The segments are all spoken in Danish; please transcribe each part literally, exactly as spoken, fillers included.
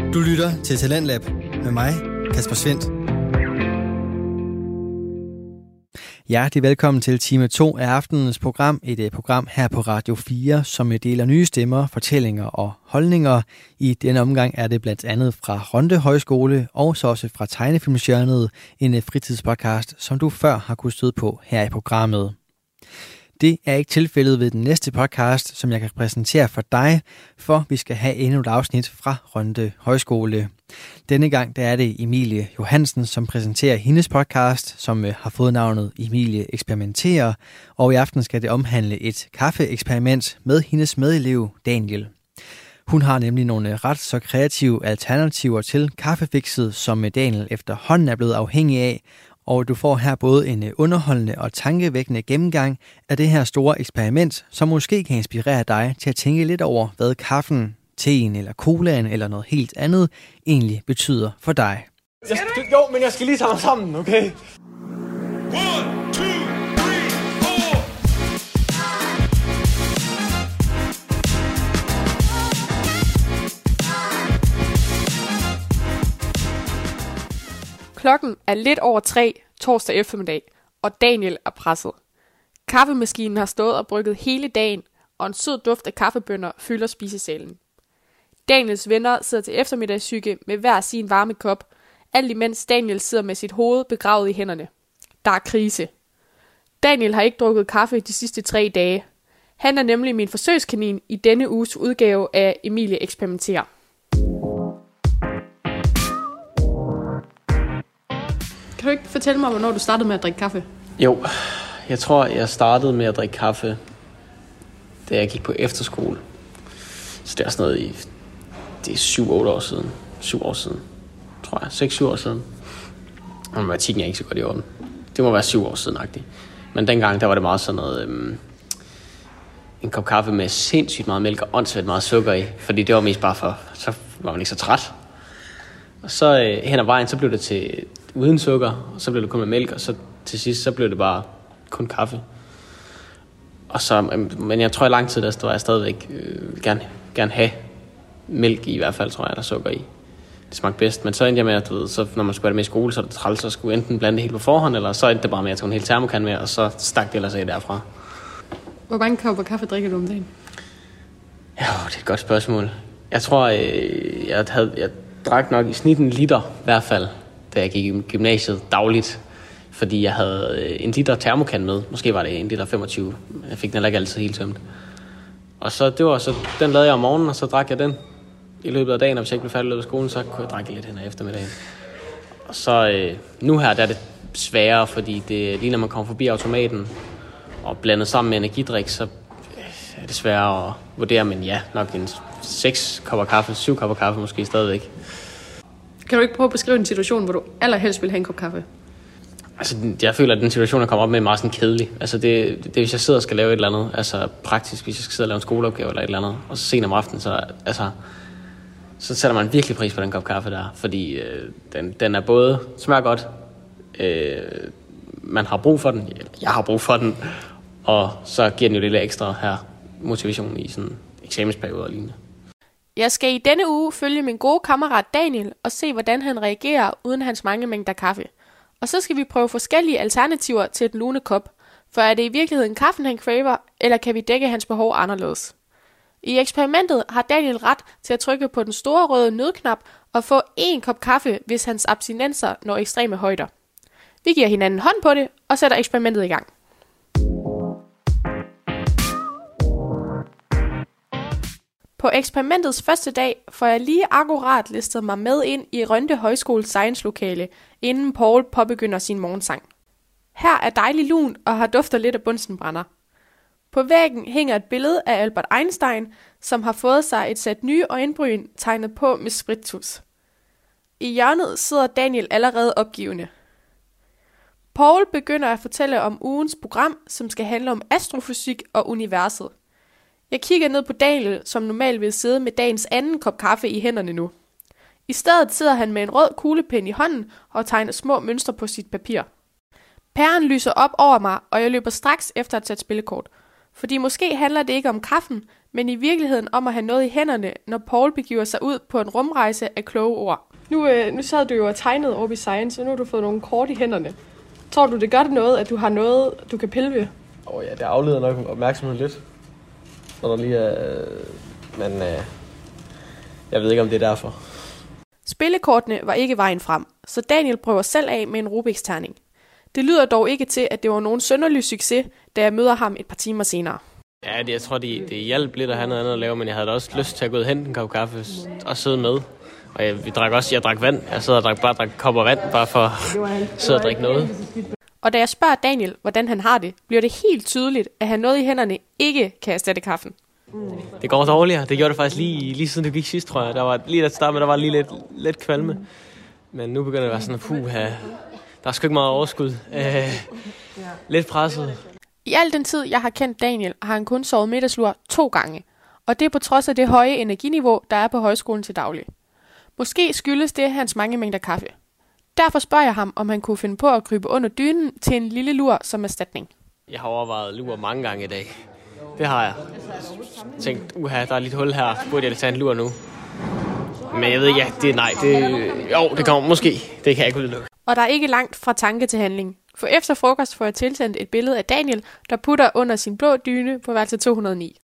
Du lytter til Talentlab med mig, Kasper Svendt. Hjertelig velkommen til time to af aftenens program. Et program her på Radio fire, som deler nye stemmer, fortællinger og holdninger. I denne omgang er det blandt andet fra Rønde Højskole og så også fra Tegnefilmshjørnet, en fritidspodcast, som du før har kunnet støde på her i programmet. Det er ikke tilfældet ved den næste podcast, som jeg kan præsentere for dig, for vi skal have endnu et afsnit fra Rønde Højskole. Denne gang der er det Emilie Johansen, som præsenterer hendes podcast, som har fået navnet Emilie Eksperimenterer, og i aften skal det omhandle et kaffeeksperiment med hendes medelev Daniel. Hun har nemlig nogle ret så kreative alternativer til kaffefixet, som Daniel efterhånden er blevet afhængig af, og du får her både en underholdende og tankevækkende gennemgang af det her store eksperiment, som måske kan inspirere dig til at tænke lidt over, hvad kaffen, teen eller colaen eller noget helt andet egentlig betyder for dig. Jeg, jo, men jeg skal lige tage mig sammen, okay? One, two, three, four. Klokken er lidt over tre torsdag eftermiddag, og Daniel er presset. Kaffemaskinen har stået og brygget hele dagen, og en sød duft af kaffebønner fylder spisesalen. Daniels venner sidder til eftermiddagshygge med hver sin varme kop, alt imens Daniel sidder med sit hoved begravet i hænderne. Der er krise. Daniel har ikke drukket kaffe de sidste tre dage. Han er nemlig min forsøgskanin i denne uges udgave af Emilie Eksperimenterer. Kan du ikke fortælle mig, hvornår du startede med at drikke kaffe? Jo, jeg tror, jeg startede med at drikke kaffe, da jeg gik på efterskole. Så det er sådan noget i, det er syv otte år siden. syv år siden, tror jeg. seks syv år siden. Og matematikken er ikke så godt i orden. Det må være syv år siden-agtigt. Men dengang, der var det meget sådan noget, øhm, en kop kaffe med sindssygt meget mælk og åndssvagt meget sukker i. Fordi det var mest bare for, så var man ikke så træt. Og så øh, hen ad vejen, så blev det til uden sukker, og så blev det kun med mælk, og så til sidst, så blev det bare kun kaffe. Og så, men jeg tror i lang tid, der var jeg stadigvæk øh, gerne, gerne have mælk i, i hvert fald, tror jeg, eller sukker i. Det smagte bedst, men så endte jeg med, at du ved, så når man skulle have det med i skole, så er det træls, så skulle enten blande det helt på forhånd, eller så endte det bare med, at jeg tog en hel termokan med, og så stak det ellers af derfra. Hvor mange kopper kaffe drikker du om dagen? Ja, det er et godt spørgsmål. Jeg tror, øh, jeg, havde, jeg drak nok i snit en liter, i hvert fald, da jeg gik i gymnasiet dagligt. Fordi jeg havde en liter termokan med. Måske var det en liter femogtyve. Jeg fik den heller ikke altid helt tømt. Og så, det var så, den lavede jeg om morgenen, og så drak jeg den i løbet af dagen. Og hvis jeg ikke blev færdig i løbet af skolen, så kunne jeg drikke lidt hen ad eftermiddagen. Og så øh, nu her, der er det sværere, fordi det, lige når man kommer forbi automaten og blandet sammen med energidrik, så er det sværere at vurdere. Men ja, nok en seks kopper kaffe, syv kopper kaffe måske stadigvæk. Kan du ikke prøve at beskrive en situation, hvor du allerhelst vil have en kop kaffe? Altså, jeg føler, at den situation, der kommer op med, er meget sådan kedelig. Altså, det, det hvis jeg sidder og skal lave et eller andet, altså praktisk, hvis jeg skal sidde og lave en skoleopgave eller et eller andet, og så sent om aftenen, så, altså, så sætter man virkelig pris på den kop kaffe der, fordi øh, den, den er både smager godt, øh, man har brug for den, jeg har brug for den, og så giver den jo lidt ekstra her motivation i sådan eksamensperioder og lignende. Jeg skal i denne uge følge min gode kammerat Daniel og se, hvordan han reagerer uden hans mange mængder kaffe. Og så skal vi prøve forskellige alternativer til den lune kop. For er det i virkeligheden kaffen, han craver, eller kan vi dække hans behov anderledes? I eksperimentet har Daniel ret til at trykke på den store røde nødknap og få en kop kaffe, hvis hans abstinenser når ekstreme højder. Vi giver hinanden hånd på det og sætter eksperimentet i gang. På eksperimentets første dag får jeg lige akkurat listet mig med ind i Rønde Højskole Science-lokale, inden Paul påbegynder sin morgensang. Her er dejlig lun og har dufter lidt af bunsenbrænder. På væggen hænger et billede af Albert Einstein, som har fået sig et sæt nye øjenbryn tegnet på med sprittus. I hjørnet sidder Daniel allerede opgivende. Paul begynder at fortælle om ugens program, som skal handle om astrofysik og universet. Jeg kigger ned på Daniel, som normalt vil sidde med dagens anden kop kaffe i hænderne nu. I stedet sidder han med en rød kuglepen i hånden og tegner små mønstre på sit papir. Pæren lyser op over mig, og jeg løber straks efter at tage spillekort. Fordi måske handler det ikke om kaffen, men i virkeligheden om at have noget i hænderne, når Paul begiver sig ud på en rumrejse af kloge ord. Nu, øh, nu sad du jo og tegnede oppe i Science, og nu har du fået nogle kort i hænderne. Tror du, det gør det noget, at du har noget, du kan pille ved? Åh oh, ja, det afleder nok opmærksomheden lidt. Når der lige er... Øh, men øh, jeg ved ikke, om det er derfor. Spillekortene var ikke vejen frem, så Daniel prøver selv af med en Rubiks terning. Det lyder dog ikke til, at det var nogen synderlig succes, da jeg møder ham et par timer senere. Ja, det, jeg tror, det, det hjalp lidt at have noget andet at lave, men jeg havde da også lyst til at gå ud og hente en kop kaffe og sidde med. Og jeg, vi drak også, jeg drak vand. Jeg sad og drak, bare drak kopper vand, bare for at sidde og drikke noget. Og da jeg spørger Daniel, hvordan han har det, bliver det helt tydeligt, at han noget i hænderne ikke kan erstatte kaffen. Det går dårligere. Det gjorde det faktisk lige, lige siden du gik sidst, tror jeg. Der var lige at starte med, der var lige lidt, lidt kvalme. Men nu begynder det at være sådan, at puh, der er sgu ikke meget overskud. Øh, lidt presset. I al den tid, jeg har kendt Daniel, har han kun sovet middagslur to gange. Og det er på trods af det høje energiniveau, der er på højskolen til daglig. Måske skyldes det hans mange mængder kaffe. Derfor spørger jeg ham, om han kunne finde på at krybe under dynen til en lille lur som erstatning. Jeg har overvejet lur mange gange i dag. Det har jeg. Jeg tænkte, uha, der er lidt hul her. Burde jeg tage en lur nu? Men jeg ved ikke, ja, det er nej. Det, jo, det kommer måske. Det kan jeg ikke udelukke. Og der er ikke langt fra tanke til handling. For efter frokost får jeg tilsendt et billede af Daniel, der putter under sin blå dyne på værelse to hundrede og ni.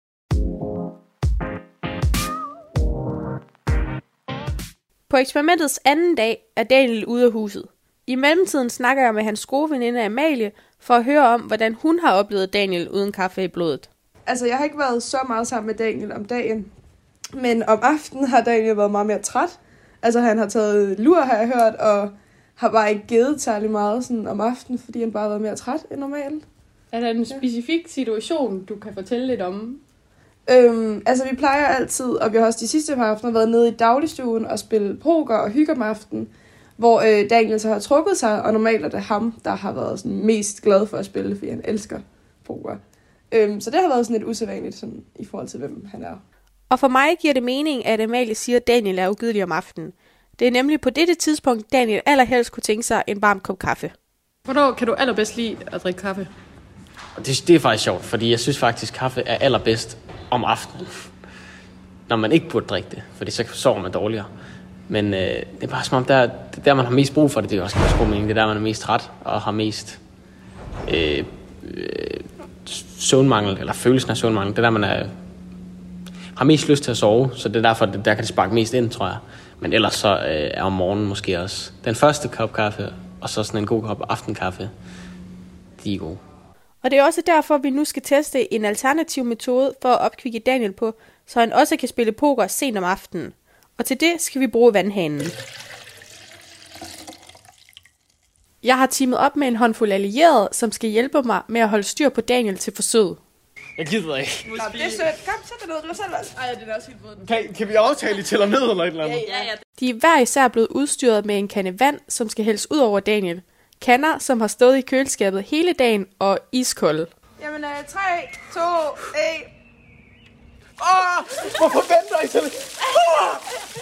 På eksperimentets anden dag er Daniel ude af huset. I mellemtiden snakker jeg med hans gode veninde Amalie for at høre om, hvordan hun har oplevet Daniel uden kaffe i blodet. Altså, jeg har ikke været så meget sammen med Daniel om dagen, men om aftenen har Daniel været meget mere træt. Altså, han har taget lur, har jeg hørt, og har bare ikke givet særlig meget sådan om aftenen, fordi han bare har været mere træt end normalt. Er der en specifik situation, du kan fortælle lidt om? Øhm, altså, vi plejer altid, og vi har også de sidste par aftener været nede i dagligstuen og spille poker og hygge om aftenen, hvor øh, Daniel så har trukket sig, og normalt er det ham, der har været sådan mest glad for at spille, fordi han elsker poker. Øhm, så det har været sådan lidt usædvanligt sådan, i forhold til, hvem han er. Og for mig giver det mening, at Amalie siger, at Daniel er ugidelig om aftenen. Det er nemlig på dette tidspunkt, Daniel allerhelst kunne tænke sig en varm kop kaffe. Hvornår kan du allerbedst lide at drikke kaffe? Det, det er faktisk sjovt, fordi jeg synes faktisk, at kaffe er allerbedst om aftenen. Når man ikke burde drikke det, fordi så sover man dårligere. Men øh, det er bare som om, der, det er der, man har mest brug for det. Det er også også god mening. Det er der, man er mest træt og har mest øh, øh, søvnmangel, eller følelsen af søvnmangel. Det er der, man er, har mest lyst til at sove, så det er derfor, det, der kan det sparke mest ind, tror jeg. Men ellers så øh, er om morgenen måske også den første kop kaffe, og så sådan en god kop aftenkaffe. De er gode. Og det er også derfor, vi nu skal teste en alternativ metode for at opkvikke Daniel på, så han også kan spille poker sent om aftenen. Og til det skal vi bruge vandhanen. Jeg har teamet op med en håndfuld allierede, som skal hjælpe mig med at holde styr på Daniel til forsøget. Jeg gider ikke. Nå, det er sødt. Kom, sæt dig ned. Du har selv valgt. Ej, det er også helt vådt. Kan, kan vi aftale, I tæller ned eller et eller andet? Ja, ja. De er hver især blevet udstyret med en kande vand, som skal hældes ud over Daniel. Kander, som har stået i køleskabet hele dagen og iskolde. Jamen, øh, tre, to, et. Ah! Hvorfor venter I til det? Ah!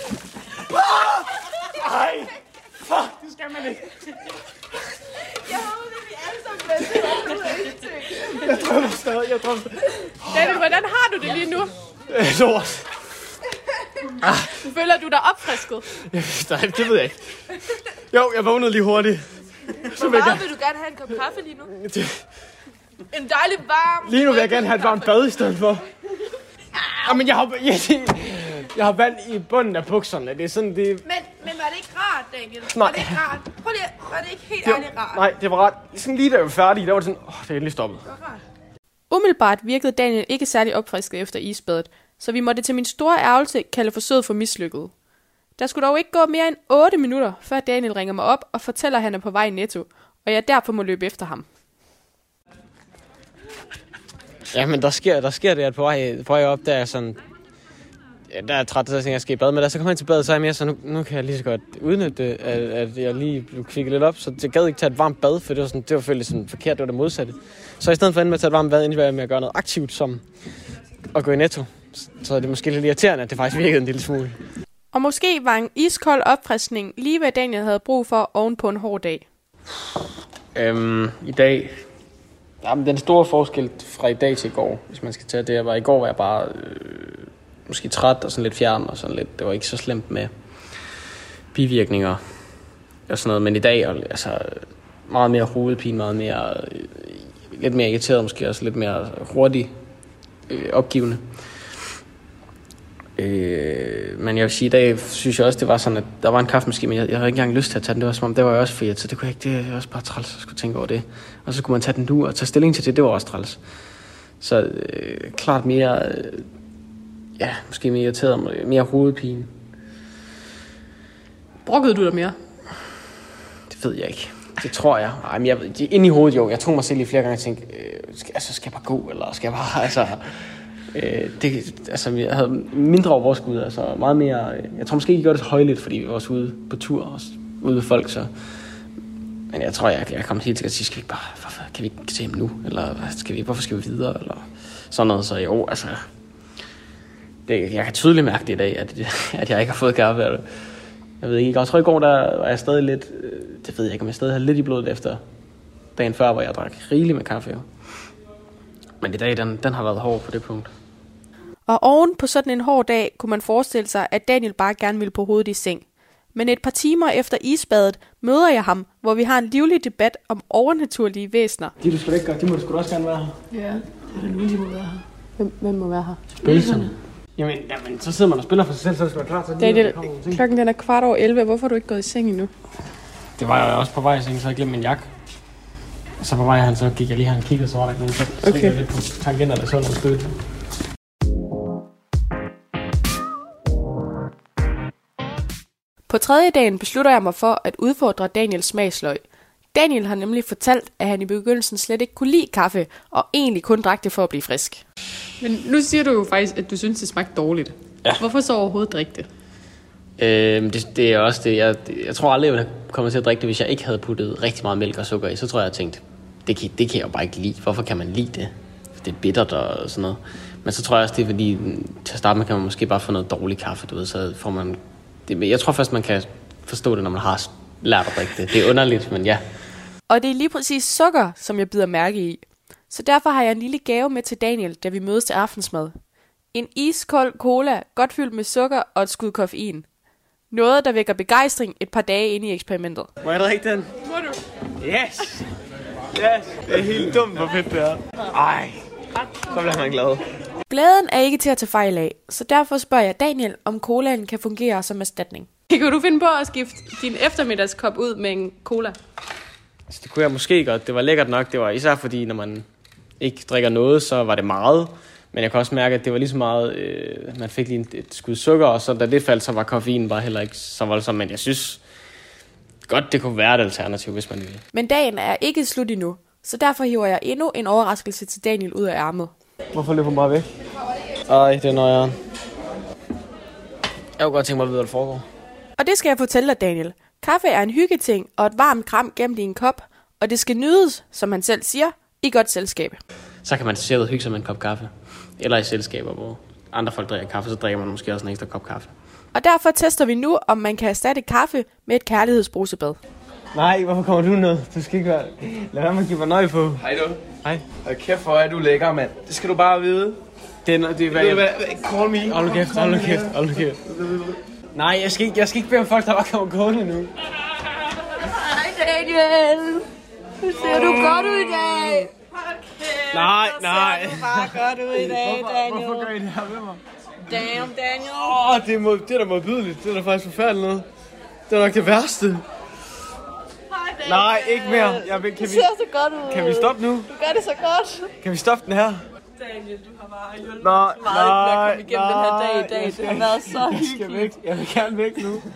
Ah! Ej! Fuck, det skal man ikke. Jeg håber, at vi alle sammen venter. Jeg drømmer stadig, jeg drømmer stadig. Daniel, hvordan har du det lige nu? Øh, lort. Ah. Føler du dig opfrisket? Nej, det ved jeg ikke. Jo, jeg vågnede lige hurtigt. Hvor meget vil du gerne have en kop kaffe lige nu? Det... En dejlig varm... Lige nu vil jeg gerne have et varmt bad i stedet for. Ah, men jeg har, jeg, jeg har vand i bunden af bukserne. Det er sådan, det... Men, men var det ikke rart, Daniel? Nej. Var det ikke rart? Prøv lige, var det ikke helt det, ærligt rart? Nej, det var ret. Sådan lige da jeg var færdig, der var det sådan, åh, det er endelig stoppet. Det var rart. Umiddelbart virkede Daniel ikke særlig opfrisket efter isbadet, så vi måtte til min store ærgelse kalde forsøget for mislykket. Der skulle dog ikke gå mere end otte minutter, før Daniel ringer mig op og fortæller, at han er på vej i Netto, og jeg derfor må løbe efter ham. Ja, men der sker, der sker det, at på vej, på vej op, der er sådan... Ja, der er træt, så jeg tænker, jeg skal i bad. Men da så kommer jeg til badet, så er jeg mere så nu, nu kan jeg lige så godt udnytte, at, at jeg lige blev kvikket lidt op. Så jeg gad ikke tage et varmt bad, for det var, sådan, det var selvfølgelig sådan forkert, det var det modsatte. Så i stedet for at ende med at tage et varmt bad, indtil jeg med at gøre noget aktivt, som at gå i Netto. Så er det måske lidt irriterende, at det faktisk virkede en lille smule. Og måske var en iskold opfriskning lige hvad Daniel havde brug for oven på en hård dag. Øhm, I dag Jamen, den store forskel fra i dag til i går, hvis man skal tage det, var i går var jeg bare øh, måske træt og sådan lidt fjern og sådan lidt. Det var ikke så slemt med bivirkninger og sådan noget, men i dag altså meget mere hovedpine, meget mere øh, lidt mere irriteret, måske også lidt mere hurtigt øh, opgivende. Øh, men jeg vil sige, i dag synes jeg også, det var sådan, at der var en kaffemaskine, men jeg, jeg havde ikke engang lyst til at tage den. Det var som om, det var jeg også fedt, så det kunne jeg ikke, det var også bare træls, at skulle tænke over det. Og så kunne man tage den nu og tage stilling til det, det var også træls. Så øh, klart mere, øh, ja, måske mere irriteret, mere hovedpine. Brokkede du dig mere? Det ved jeg ikke. Det tror jeg. Ej, men jeg inde i hovedet jo. Jeg tog mig selv i flere gange og tænkte, øh, skal, altså, skal jeg bare gå, eller skal jeg bare, altså... Øh, det, altså, jeg havde mindre overskud, altså meget mere... Jeg tror måske ikke, jeg gjorde det så højligt, fordi vi var også ude på tur, også ude med folk, så... Men jeg tror, jeg, jeg kom helt til at sige, skal vi bare... Hvorfor kan vi ikke se dem nu? Eller skal vi, hvorfor skal vi videre? Eller sådan noget, så jo, altså... Det, jeg kan tydeligt mærke det i dag, at, at jeg ikke har fået kaffe. Jeg ved ikke, jeg tror i går, der var jeg stadig lidt... Det ved jeg ikke, om jeg stadig havde lidt i blodet efter dagen før, hvor jeg drak rigeligt med kaffe. Jo. Men i dag, den, den har været hård på det punkt. Og oven på sådan en hård dag, kunne man forestille sig, at Daniel bare gerne ville på hovedet i seng. Men et par timer efter isbadet møder jeg ham, hvor vi har en livlig debat om overnaturlige væsener. De du skal ikke gøre, de må du sgu da også gerne være her. Ja, det er nu, de må være her. Hvem, hvem må være her? Spøgelserne. Jamen, jamen, så sidder man og spiller for sig selv, så skal du være klar til Daniel, klokken den er kvart over elleve. Hvorfor er du ikke gået i seng endnu? Det var jeg også på vej i seng, så jeg glemte min jakke. Og så på vej han, så gik jeg lige her og kiggede, så var der ikke nogen, så okay. Jeg lidt på tangenter, der så noget støtte. På tredje dagen beslutter jeg mig for at udfordre Daniels smagsløg. Daniel har nemlig fortalt, at han i begyndelsen slet ikke kunne lide kaffe, og egentlig kun drak det for at blive frisk. Men nu siger du jo faktisk, at du synes, det smagte dårligt. Ja. Hvorfor så overhovedet drikke det? Øhm, det, det er også det. Jeg, jeg tror aldrig, jeg ville komme til at drikke det, hvis jeg ikke havde puttet rigtig meget mælk og sukker i. Så tror jeg, jeg tænkte, det kan, det kan jeg jo bare ikke lide. Hvorfor kan man lide det? For det er bittert og sådan noget. Men så tror jeg også, det er fordi, til at starte med kan man måske bare få noget dårlig kaffe, du ved. Så får man... Det, jeg tror først, man kan forstå det, når man har lært at drikke det. Det er underligt, men ja. Og det er lige præcis sukker, som jeg bider mærke i. Så derfor har jeg en lille gave med til Daniel, da vi mødes til aftensmad. En iskold cola, godt fyldt med sukker og et skud koffein. Noget, der vækker begejstring et par dage inde i eksperimentet. Må jeg drikke den? Må du? Yes! Yes! Det er helt dumt, hvor fedt det er. Ej, så bliver man glad. Glæden er ikke til at tage fejl af, så derfor spørger jeg Daniel, om colaen kan fungere som erstatning. Kan du finde på at skifte din eftermiddagskop ud med en cola? Altså, det kunne jeg måske godt. Det var lækkert nok. Det var især fordi, når man ikke drikker noget, så var det meget. Men jeg kan også mærke, at det var lige så meget, øh, man fik lige et skud sukker, og så da det faldt, så var koffeinen bare heller ikke så voldsom. Men jeg synes godt, det kunne være et alternativ, hvis man ville. Men dagen er ikke slut endnu, så derfor hiver jeg endnu en overraskelse til Daniel ud af ærmet. Hvorfor løber hun bare væk? Ej, det er nøjeren. Jeg kunne godt tænke mig at vide, hvad der foregår. Og det skal jeg fortælle dig, Daniel. Kaffe er en hyggeting og et varmt kram gemt i en kop, og det skal nydes, som han selv siger, i godt selskab. Så kan man selv hygge sig med en kop kaffe. Eller i selskaber, hvor andre folk drikker kaffe, så drikker man måske også en ekstra kop kaffe. Og derfor tester vi nu, om man kan erstatte kaffe med et kærlighedsbrusebad. Nej, hvorfor kommer du ned? Du skal ikke være... Lad være med at give mig nøje på. Hej du. Hej. Hold kæft, hvor er du lækker, mand. Det skal du bare vide. Det er, det er hvad Ved jeg... du hvad? Call me. Hold nu kæft, hold nu kæft, hold nu kæft. Nej, jeg skal ikke, jeg skal ikke bede om folk, der bare kommer gående nu. Hej Daniel. Ser du godt ud i dag? Okay, Nej, nej. ser du bare godt ud i dag, Hvorfor, Daniel. hvorfor gør I det her med mig? Damn, Daniel. Åh, oh, det, er mod, det er da modbydeligt. Det er da faktisk forfærdeligt noget. Det er nok det værste. Hej Daniel. Nej, ikke mere. Jeg vil, kan, Du vi, ser så godt ud. kan vi stoppe nu? Du gør det så godt. Kan vi stoppe den her? Daniel, du har bare hjulpet Nej, så meget med at nej, komme igennem den her dag i dag. jeg Det skal har ikke. været så Jeg skal hyggeligt. væk. Jeg vil gerne væk nu. Åh,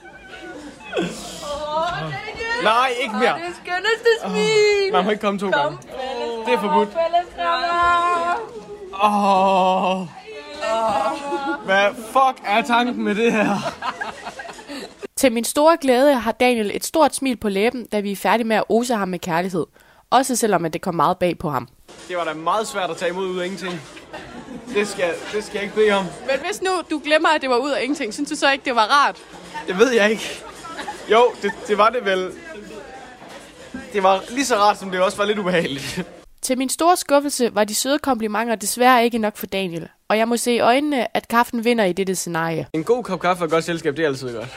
Daniel. Nej, ikke mere. Åh, det skønneste smil. Man må ikke komme to gange. Det er forbudt. Fælleskrammer. Åh. Hvad fuck er tanken med det her? Til min store glæde har Daniel et stort smil på læben, da vi er færdige med at ose ham med kærlighed. Også selvom at det kom meget bag på ham. Det var da meget svært at tage imod ud af ingenting. Det skal, det skal jeg ikke bede om. Men hvis nu du glemmer, at det var ud af ingenting, synes du så ikke, det var rart? Det ved jeg ikke. Jo, det, det var det vel. Det var lige så rart, som det også var lidt ubehageligt. Til min store skuffelse var de søde komplimenter desværre ikke nok for Daniel, og jeg må se i øjnene, at kaffen vinder i dette scenarie. En god kop kaffe og godt selskab, det er altid godt.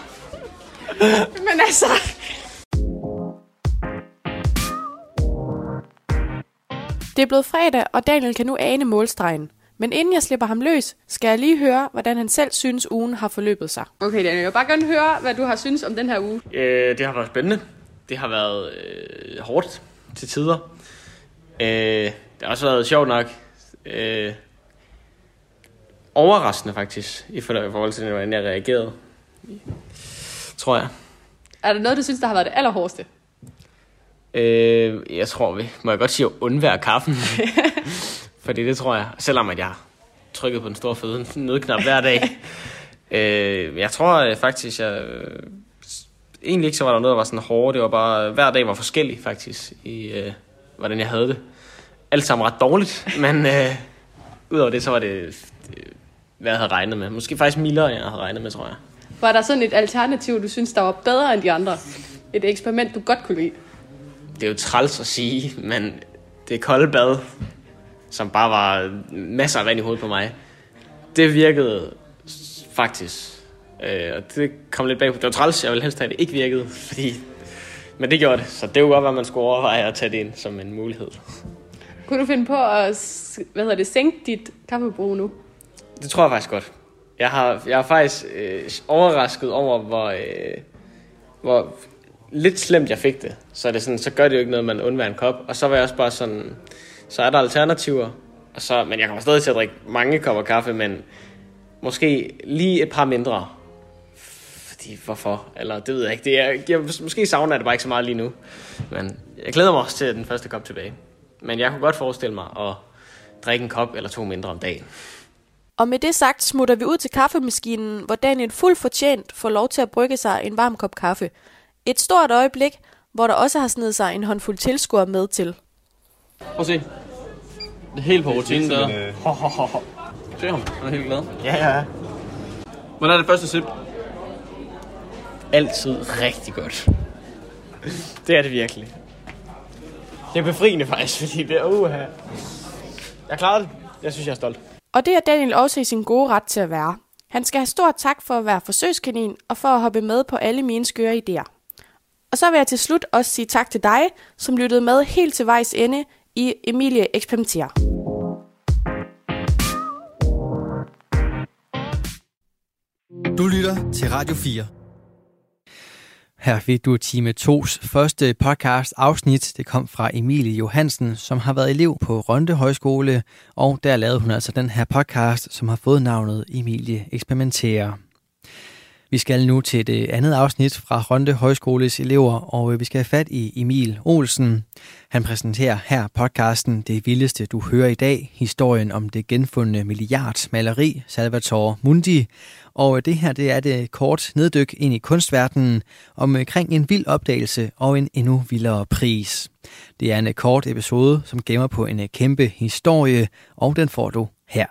Men altså... Det er blevet fredag, og Daniel kan nu ane målstregen. Men inden jeg slipper ham løs, skal jeg lige høre, hvordan han selv synes, ugen har forløbet sig. Okay, Daniel, jeg vil bare gerne høre, hvad du har synes om den her uge. Øh, det har været spændende. Det har været øh, hårdt til tider. Øh, det har også været sjovt nok. Øh, overraskende faktisk, i forhold til, hvordan jeg reagerede. Tror jeg. Er der noget, du synes, der har været det allerhårdeste? Øh, jeg tror, vi må jeg godt sige at undvære kaffen. Fordi det tror jeg, selvom at jeg har trykket på den store fede nødknap hver dag. øh, jeg tror faktisk, jeg... Øh, egentlig ikke så var der noget, der var sådan hårdt. Det var bare, hver dag var forskellig faktisk, i øh, hvordan jeg havde det. Alt sammen ret dårligt, men øh, udover det, så var det, øh, hvad jeg havde regnet med. Måske faktisk mildere, end jeg havde regnet med, tror jeg. Var der sådan et alternativ, du synes, der var bedre end de andre? Et eksperiment, du godt kunne lide? Det er jo træls at sige, men det kolde bad, som bare var masser af vand i hovedet på mig, det virkede faktisk. Øh, og det kom lidt bag på. Det var træls, jeg ville helst have, det ikke virkede, fordi... Men det gjorde det, så det var godt, at man skulle overveje at tage det ind som en mulighed. Kunne du finde på at hvad hedder det, sænke dit kaffebrug nu? Det tror jeg faktisk godt. Jeg har, jeg har faktisk øh, overrasket over, hvor, øh, hvor lidt slemt jeg fik det. Så, er det sådan, så gør det jo ikke noget, man undværer en kop. Og så var jeg også bare sådan, så er der alternativer. Og så, men jeg kommer stadig til at drikke mange kopper kaffe, men måske lige et par mindre. Fordi, hvorfor? Eller det ved jeg ikke. Det er, jeg, måske savner jeg det bare ikke så meget lige nu. Men jeg glæder mig også til den første kop tilbage. Men jeg kunne godt forestille mig at drikke en kop eller to mindre om dagen. Og med det sagt smutter vi ud til kaffemaskinen, hvor Daniel fuldt fortjent får lov til at brygge sig en varm kop kaffe. Et stort øjeblik, hvor der også har snedet sig en håndfuld tilskuere med til. Prøv at se. Det er helt på rutinen der. Se ham, han er helt glad. Ja, ja. Hvordan er det første sip? Altid rigtig godt. Det er det virkelig. Det er befriende faktisk, fordi det er uha. Jeg klarede det. Jeg synes, jeg er stolt. Og det er Daniel også i sin gode ret til at være. Han skal have stor tak for at være forsøgskanin og for at hoppe med på alle mine skøre idéer. Og så vil jeg til slut også sige tak til dig, som lyttede med helt til vejs ende i Emilie Eksperimenterer. Du lytter til Radio fire. Her fik du time tos første podcast afsnit. Det kom fra Emilie Johansen, som har været elev på Rønde Højskole, og der lavede hun altså den her podcast, som har fået navnet Emilie Eksperimenterer. Vi skal nu til det andet afsnit fra Rønde Højskoles elever, og vi skal have fat i Emil Olsen. Han præsenterer her podcasten Det Vildeste, du hører i dag, historien om det genfundne milliardmaleri Salvator Mundi. Og det her, det er det kort neddyk ind i kunstverdenen omkring en vild opdagelse og en endnu vildere pris. Det er en kort episode, som gemmer på en kæmpe historie, og den får du her.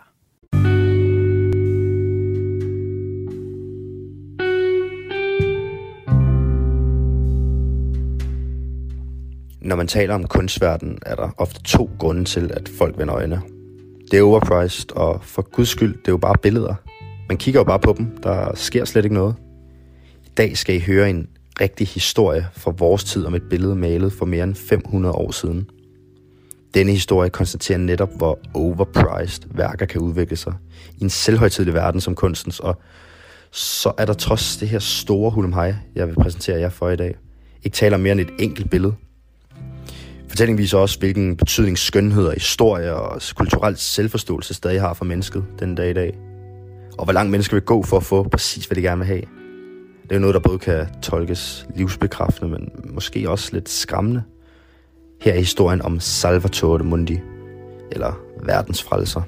Når man taler om kunstverdenen, er der ofte to grunde til, at folk vender øjne. Det er overpriced, og for guds skyld, det er jo bare billeder. Man kigger jo bare på dem, der sker slet ikke noget. I dag skal I høre en rigtig historie fra vores tid om et billede malet for mere end fem hundrede år siden. Denne historie konstaterer netop, hvor overpriced værker kan udvikle sig i en selvhøjtidelig verden som kunstens, og så er der trods det her store hulumhej, jeg vil præsentere jer for i dag, ikke taler mere end et enkelt billede. Fortællingen viser også, hvilken betydning skønhed og historie og kulturel selvforståelse stadig har for mennesket den dag i dag. Og hvor langt mennesker vil gå for at få præcis, hvad de gerne vil have. Det er jo noget, der både kan tolkes livsbekræftende, men måske også lidt skræmmende. Her er historien om Salvator Mundi, eller verdens frelser.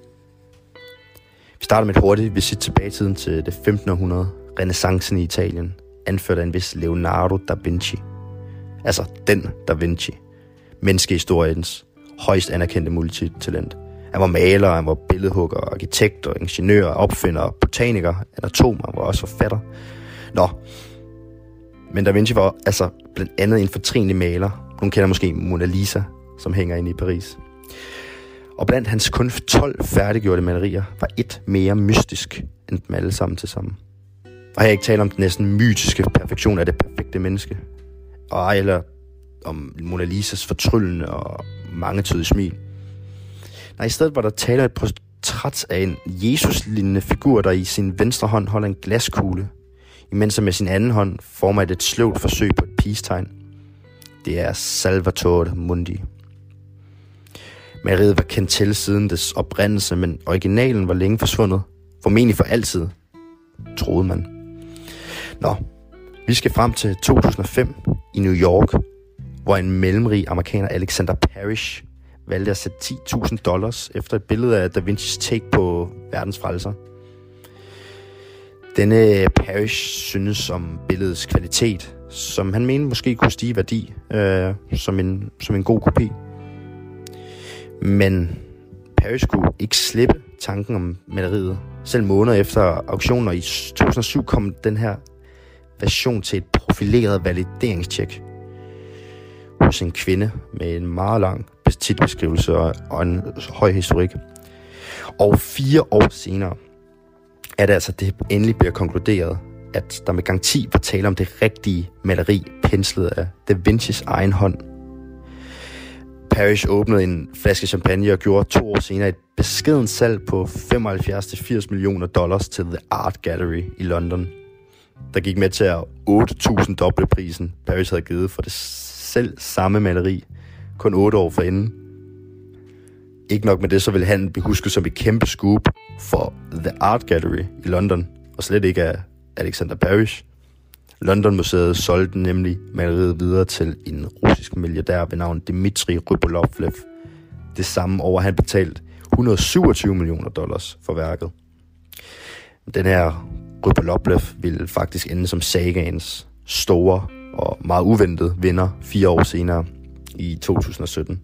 Vi starter med et hurtigt visit tilbage i tiden til det femtende århundrede, renæssancen i Italien, anført af en vis Leonardo da Vinci. Altså den da Vinci. Menneskehistoriens højst anerkendte multitalent. Han var maler, han var billedhugger, arkitekt og ingeniør, opfinder, botaniker, anatomer, han var også forfatter. Nå, men Da Vinci var altså blandt andet en fortrinlig maler. Nogle kender måske Mona Lisa. som hænger inde i Paris. Og blandt hans kun tolv færdiggjorte malerier var et mere mystisk end dem alle sammen til sammen. Og her ikke tale om den næsten mytiske perfektion af det perfekte menneske, og ej eller om Mona Lisas fortryllende og mangetydige smil. Nej, i stedet var der tale af et portræt af en Jesus-lignende figur, der i sin venstre hånd holder en glaskugle, imens han med sin anden hånd former et sløvt forsøg på et peace-tegn. Det er Salvator Mundi. Maleriet var kendt til siden dets oprindelse, men originalen var længe forsvundet. Formentlig for altid, troede man. Nå, vi skal frem til to tusind og fem i New York, hvor en mellemrig amerikaner, Alexander Parrish, valgte at sætte ti tusind dollars efter et billede af Da Vincis take på verdens frelser. Denne Parrish synes om billedets kvalitet, som han mente måske kunne stige i værdi øh, som, en, som en god kopi. Men Parrish kunne ikke slippe tanken om maleriet. Selv måneder efter auktionen, og i to tusind og syv kom den her version til et profileret valideringstjek hos en kvinde med en meget lang titelbeskrivelse og en høj historik. Og fire år senere er det altså, det endelig bliver konkluderet, at der med garanti var tale om det rigtige maleri, penslet af Da Vincis egen hånd. Parrish åbnede en flaske champagne og gjorde to år senere et beskedent salg på femoghalvfjerds til firs millioner dollars til The Art Gallery i London, der gik med til at otte tusind doble prisen, Parrish havde givet for det selv samme maleri, kun otte år forinden. Ikke nok med det, så ville han blive husket som et kæmpe scoop for The Art Gallery i London, og slet ikke af Alexander Parrish. London-museet solgte nemlig maleriet videre til en russisk milliardær ved navn Dmitri Rybolovlev. Det samme år han betalt et hundrede og syvogtyve millioner dollars for værket. Den her Rybolovlev ville faktisk ende som sagaens store og meget uventede vinder fire år senere i to tusind og sytten.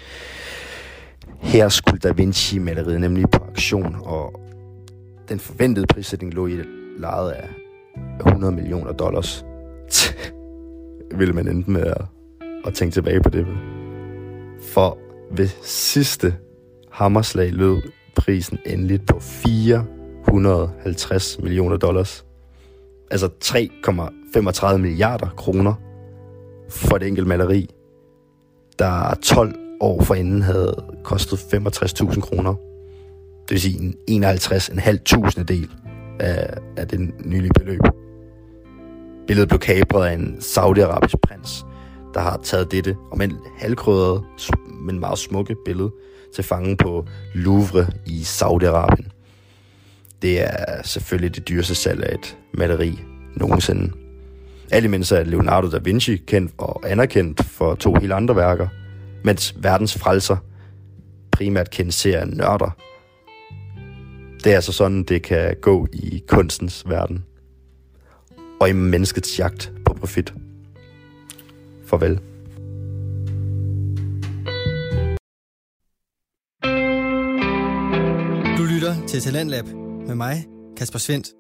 Her skulle Da Vinci-maleriet nemlig på auktion, og den forventede prissætning lå i et lejet af hundrede millioner dollars. Ville man ende med at, at tænke tilbage på det. For ved sidste hammerslag lød prisen endeligt på fire hundrede og halvtreds millioner dollars. Altså tre komma femogtredive milliarder kroner for et enkelt maleri, der tolv år forinden havde kostet femogtres tusind kroner. Det vil sige en enoghalvtreds komma fem tusindedel af, af det nylige beløb. Billedet blev kapret af en saudiarabisk prins, der har taget dette, om en halvkrødret, men meget smukke billede, til fange på Louvre i Saudi-Arabien. Det er selvfølgelig det dyreste salg af et maleri nogensinde. Alt imens er Leonardo da Vinci kendt og anerkendt for to helt andre værker, mens verdens frelser primært kendes af nørder. Det er altså sådan, det kan gå i kunstens verden. Og i menneskets jagt på profit. Farvel. Du lytter til Talentlab med mig, Kasper Svendt.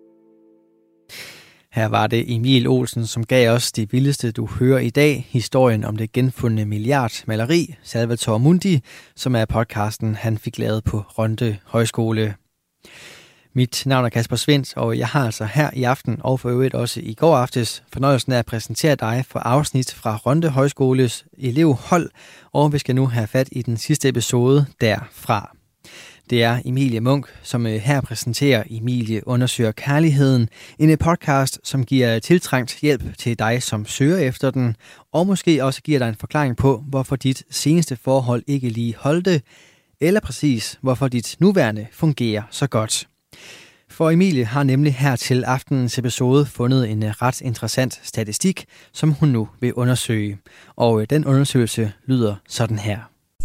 Her var det Emil Olsen, som gav os det vildeste, du hører i dag. Historien om det genfundne milliardmaleri, Salvator Mundi, som er podcasten, han fik lavet på Rønde Højskole. Mit navn er Kasper Svendt, og jeg har altså her i aften, og for øvrigt også i går aftes, fornøjelsen af at præsentere dig for afsnit fra Rønde Højskoles elevhold, og vi skal nu have fat i den sidste episode derfra. Det er Emilie Munk, som her præsenterer Emilie undersøger kærligheden, en podcast, som giver tiltrængt hjælp til dig, som søger efter den, og måske også giver dig en forklaring på, hvorfor dit seneste forhold ikke lige holdte, eller præcis, hvorfor dit nuværende fungerer så godt. For Emilie har nemlig her til aftenens episode fundet en ret interessant statistik, som hun nu vil undersøge. Og den undersøgelse lyder sådan her.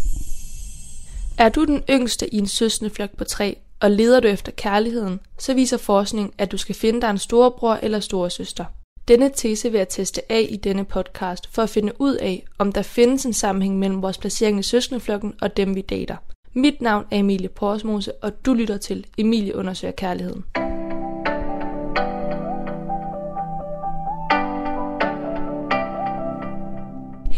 Er du den yngste i en søskendeflok på tre, og leder du efter kærligheden, så viser forskning, at du skal finde dig en storebror eller storesøster. Denne tese vil jeg teste af i denne podcast, for at finde ud af, om der findes en sammenhæng mellem vores placering i søskendeflokken og dem, vi dater. Mit navn er Emilie Porsmose, og du lytter til Emilie undersøger kærligheden.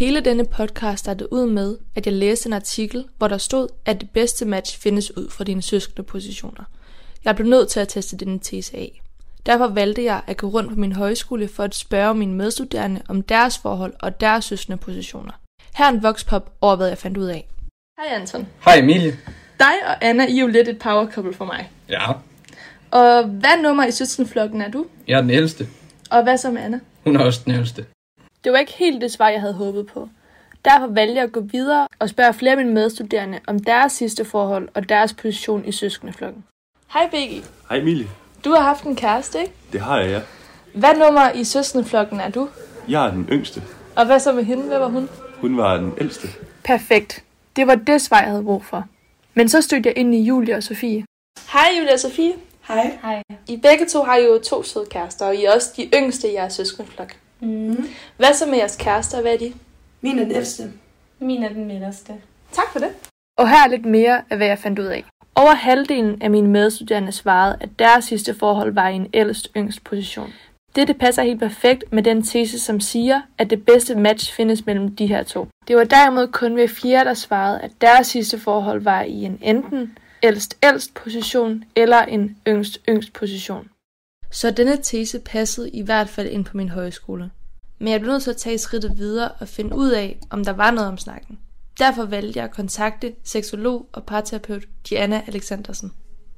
Hele denne podcast startede ud med, at jeg læste en artikel, hvor der stod, at det bedste match findes ud fra dine søskende positioner. Jeg blev nødt til at teste denne tese af. Derfor valgte jeg at gå rundt på min højskole for at spørge mine medstuderende om deres forhold og deres søskende positioner. Her er en voxpop over, hvad jeg fandt ud af. Hej Anton. Hej Emilie. Dig og Anna, I er jo lidt et power couple for mig. Ja. Og hvad nummer i søskendeflokken er du? Jeg er den ældste. Og hvad så med Anna? Hun er også den ældste. Det var ikke helt det svar, jeg havde håbet på. Derfor valgte jeg at gå videre og spørge flere af mine medstuderende om deres sidste forhold og deres position i søskendeflokken. Hej Biggie. Hej Emilie. Du har haft en kæreste, ikke? Det har jeg, ja. Hvad nummer i søskendeflokken er du? Jeg er den yngste. Og hvad så med hende? Hvad var hun? Hun var den ældste. Perfekt. Det var det svar, jeg havde brug for. Men så stødte jeg ind i Julie og Sofie. Hej Julie og Sofie. Hej. Hej. I begge to har jo to søde kærester, og I er også de yngste i jeres søskendeflok. Mm. Hvad så med jeres kærester? Hvad er de? Min er den ældste. Min er den midterste. Tak for det. Og her er lidt mere af, hvad jeg fandt ud af. Over halvdelen af mine medstuderende svarede, at deres sidste forhold var i en ældst-yngst position. Dette passer helt perfekt med den tese, som siger, at det bedste match findes mellem de her to. Det var derimod kun hver fjerde, der svarede, at deres sidste forhold var i en enten ældst-ældst position eller en yngst-yngst position. Så denne tese passede i hvert fald ind på min højskole. Men jeg blev nødt til at tage skridtet videre og finde ud af, om der var noget om snakken. Derfor valgte jeg at kontakte seksolog og parterapeut Diana Alexandersen.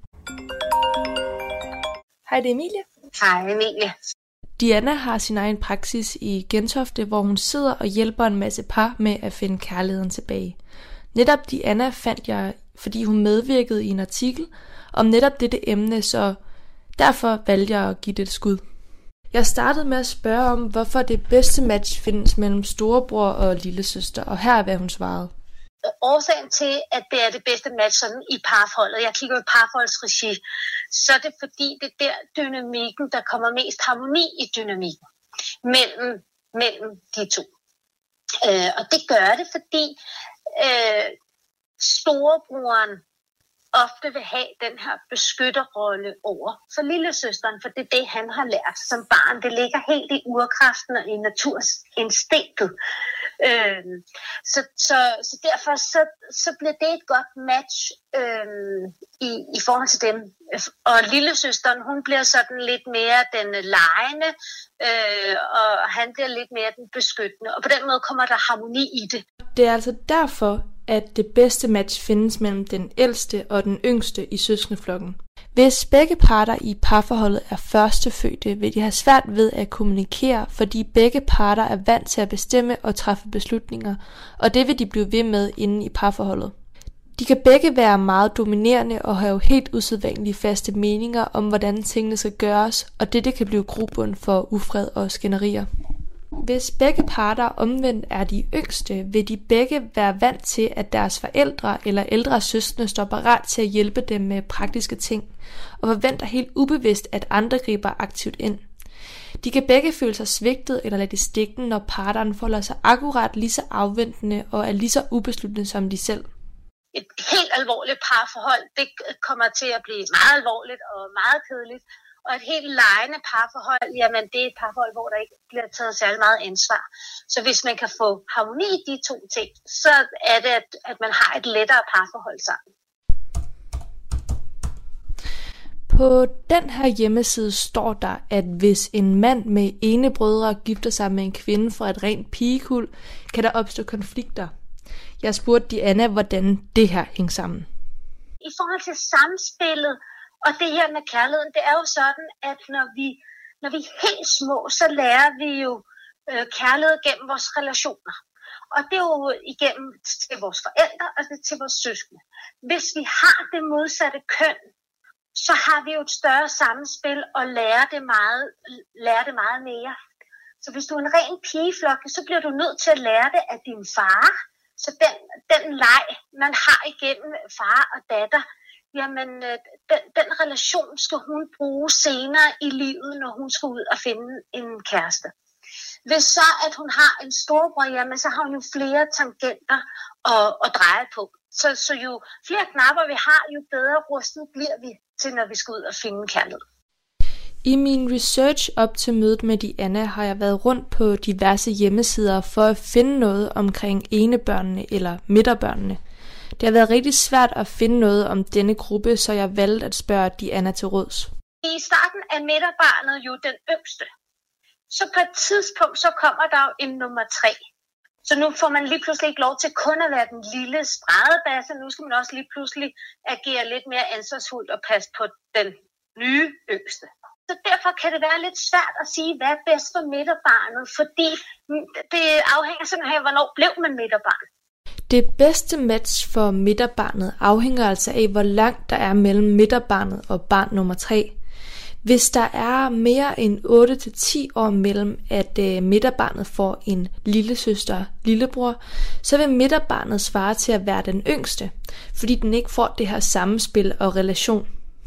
Hej, det er Emilie. Hej, Emilie. Diana har sin egen praksis i Gentofte, hvor hun sidder og hjælper en masse par med at finde kærligheden tilbage. Netop Diana fandt jeg, fordi hun medvirkede i en artikel om netop dette emne, så derfor valgte jeg at give det et skud. Jeg startede med at spørge om, hvorfor det bedste match findes mellem storebror og lillesøster, og her er, hvad hun svarede. Årsagen til, at det er det bedste match sådan i parforholdet, jeg kigger i parforholdsregi, så er det fordi, det er der dynamikken, der kommer mest harmoni i dynamikken mellem, mellem de to. Øh, og det gør det, fordi øh, storebroren ofte vil have den her beskytterrolle over for lillesøsteren, for det er det, han har lært som barn. Det ligger helt i urkraften og i natursinstinktet. Øhm, så, så, så derfor så, så bliver det et godt match øhm, i, i forhold til dem. Og lillesøsteren, hun bliver sådan lidt mere den legende, øh, og han bliver lidt mere den beskyttende. Og på den måde kommer der harmoni i det. Det er altså derfor, at det bedste match findes mellem den ældste og den yngste i søskendeflokken. Hvis begge parter i parforholdet er førstefødte, vil de have svært ved at kommunikere, fordi begge parter er vant til at bestemme og træffe beslutninger, og det vil de blive ved med inde i parforholdet. De kan begge være meget dominerende og have helt usædvanlige faste meninger om, hvordan tingene skal gøres, og dette kan blive grobund for ufred og skænderier. Hvis begge parter omvendt er de yngste, vil de begge være vant til, at deres forældre eller ældre søskende står parat til at hjælpe dem med praktiske ting, og forventer helt ubevidst, at andre griber aktivt ind. De kan begge føle sig svigtet eller ladt i stikken, når parterne forholder sig akkurat lige så afventende og er lige så ubesluttende som de selv. Et helt alvorligt parforhold, det kommer til at blive meget alvorligt og meget kedeligt. Og et helt legende parforhold, jamen det er et parforhold, hvor der ikke bliver taget særlig meget ansvar. Så hvis man kan få harmoni i de to ting, så er det, at, at man har et lettere parforhold sammen. På den her hjemmeside står der, at hvis en mand med ene brødre gifter sig med en kvinde fra et rent pigekuld, kan der opstå konflikter. Jeg spurgte Diana, hvordan det her hænger sammen. I forhold til samspillet, og det her med kærligheden, det er jo sådan, at når vi, når vi er helt små, så lærer vi jo øh, kærlighed gennem vores relationer. Og det er jo igennem til vores forældre og det til vores søskende. Hvis vi har det modsatte køn, så har vi jo et større samspil og lærer det meget, lærer det meget mere. Så hvis du er en ren pigeflok, så bliver du nødt til at lære det af din far. Så den, den leg, man har igennem far og datter, jamen den, den relation skal hun bruge senere i livet, når hun skal ud og finde en kæreste. Hvis så, at hun har en storbror, jamen så har hun jo flere tangenter at, at dreje på. Så, så jo flere knapper vi har, jo bedre rustet bliver vi til, når vi skal ud og finde kærlighed. I min research op til mødet med Diana har jeg været rundt på diverse hjemmesider for at finde noget omkring enebørnene eller midterbørnene. Det har været rigtig svært at finde noget om denne gruppe, så jeg valgte at spørge Diana til råds. I starten er midterbarnet jo den yngste. Så på et tidspunkt, så kommer der jo en nummer tre. Så nu får man lige pludselig ikke lov til kun at være den lille spredebasse. Nu skal man også lige pludselig agere lidt mere ansvarsfuldt og passe på den nye yngste. Så derfor kan det være lidt svært at sige, hvad er bedst for midterbarnet, fordi det afhænger simpelthen af, hvornår blev man midterbarn. Det bedste match for midterbarnet afhænger altså af, hvor langt der er mellem midterbarnet og barn nummer tre. Hvis der er mere end otte til ti år mellem, at øh, midterbarnet får en lillesøster, lillebror, så vil midterbarnet svare til at være den yngste, fordi den ikke får det her samspil og relation.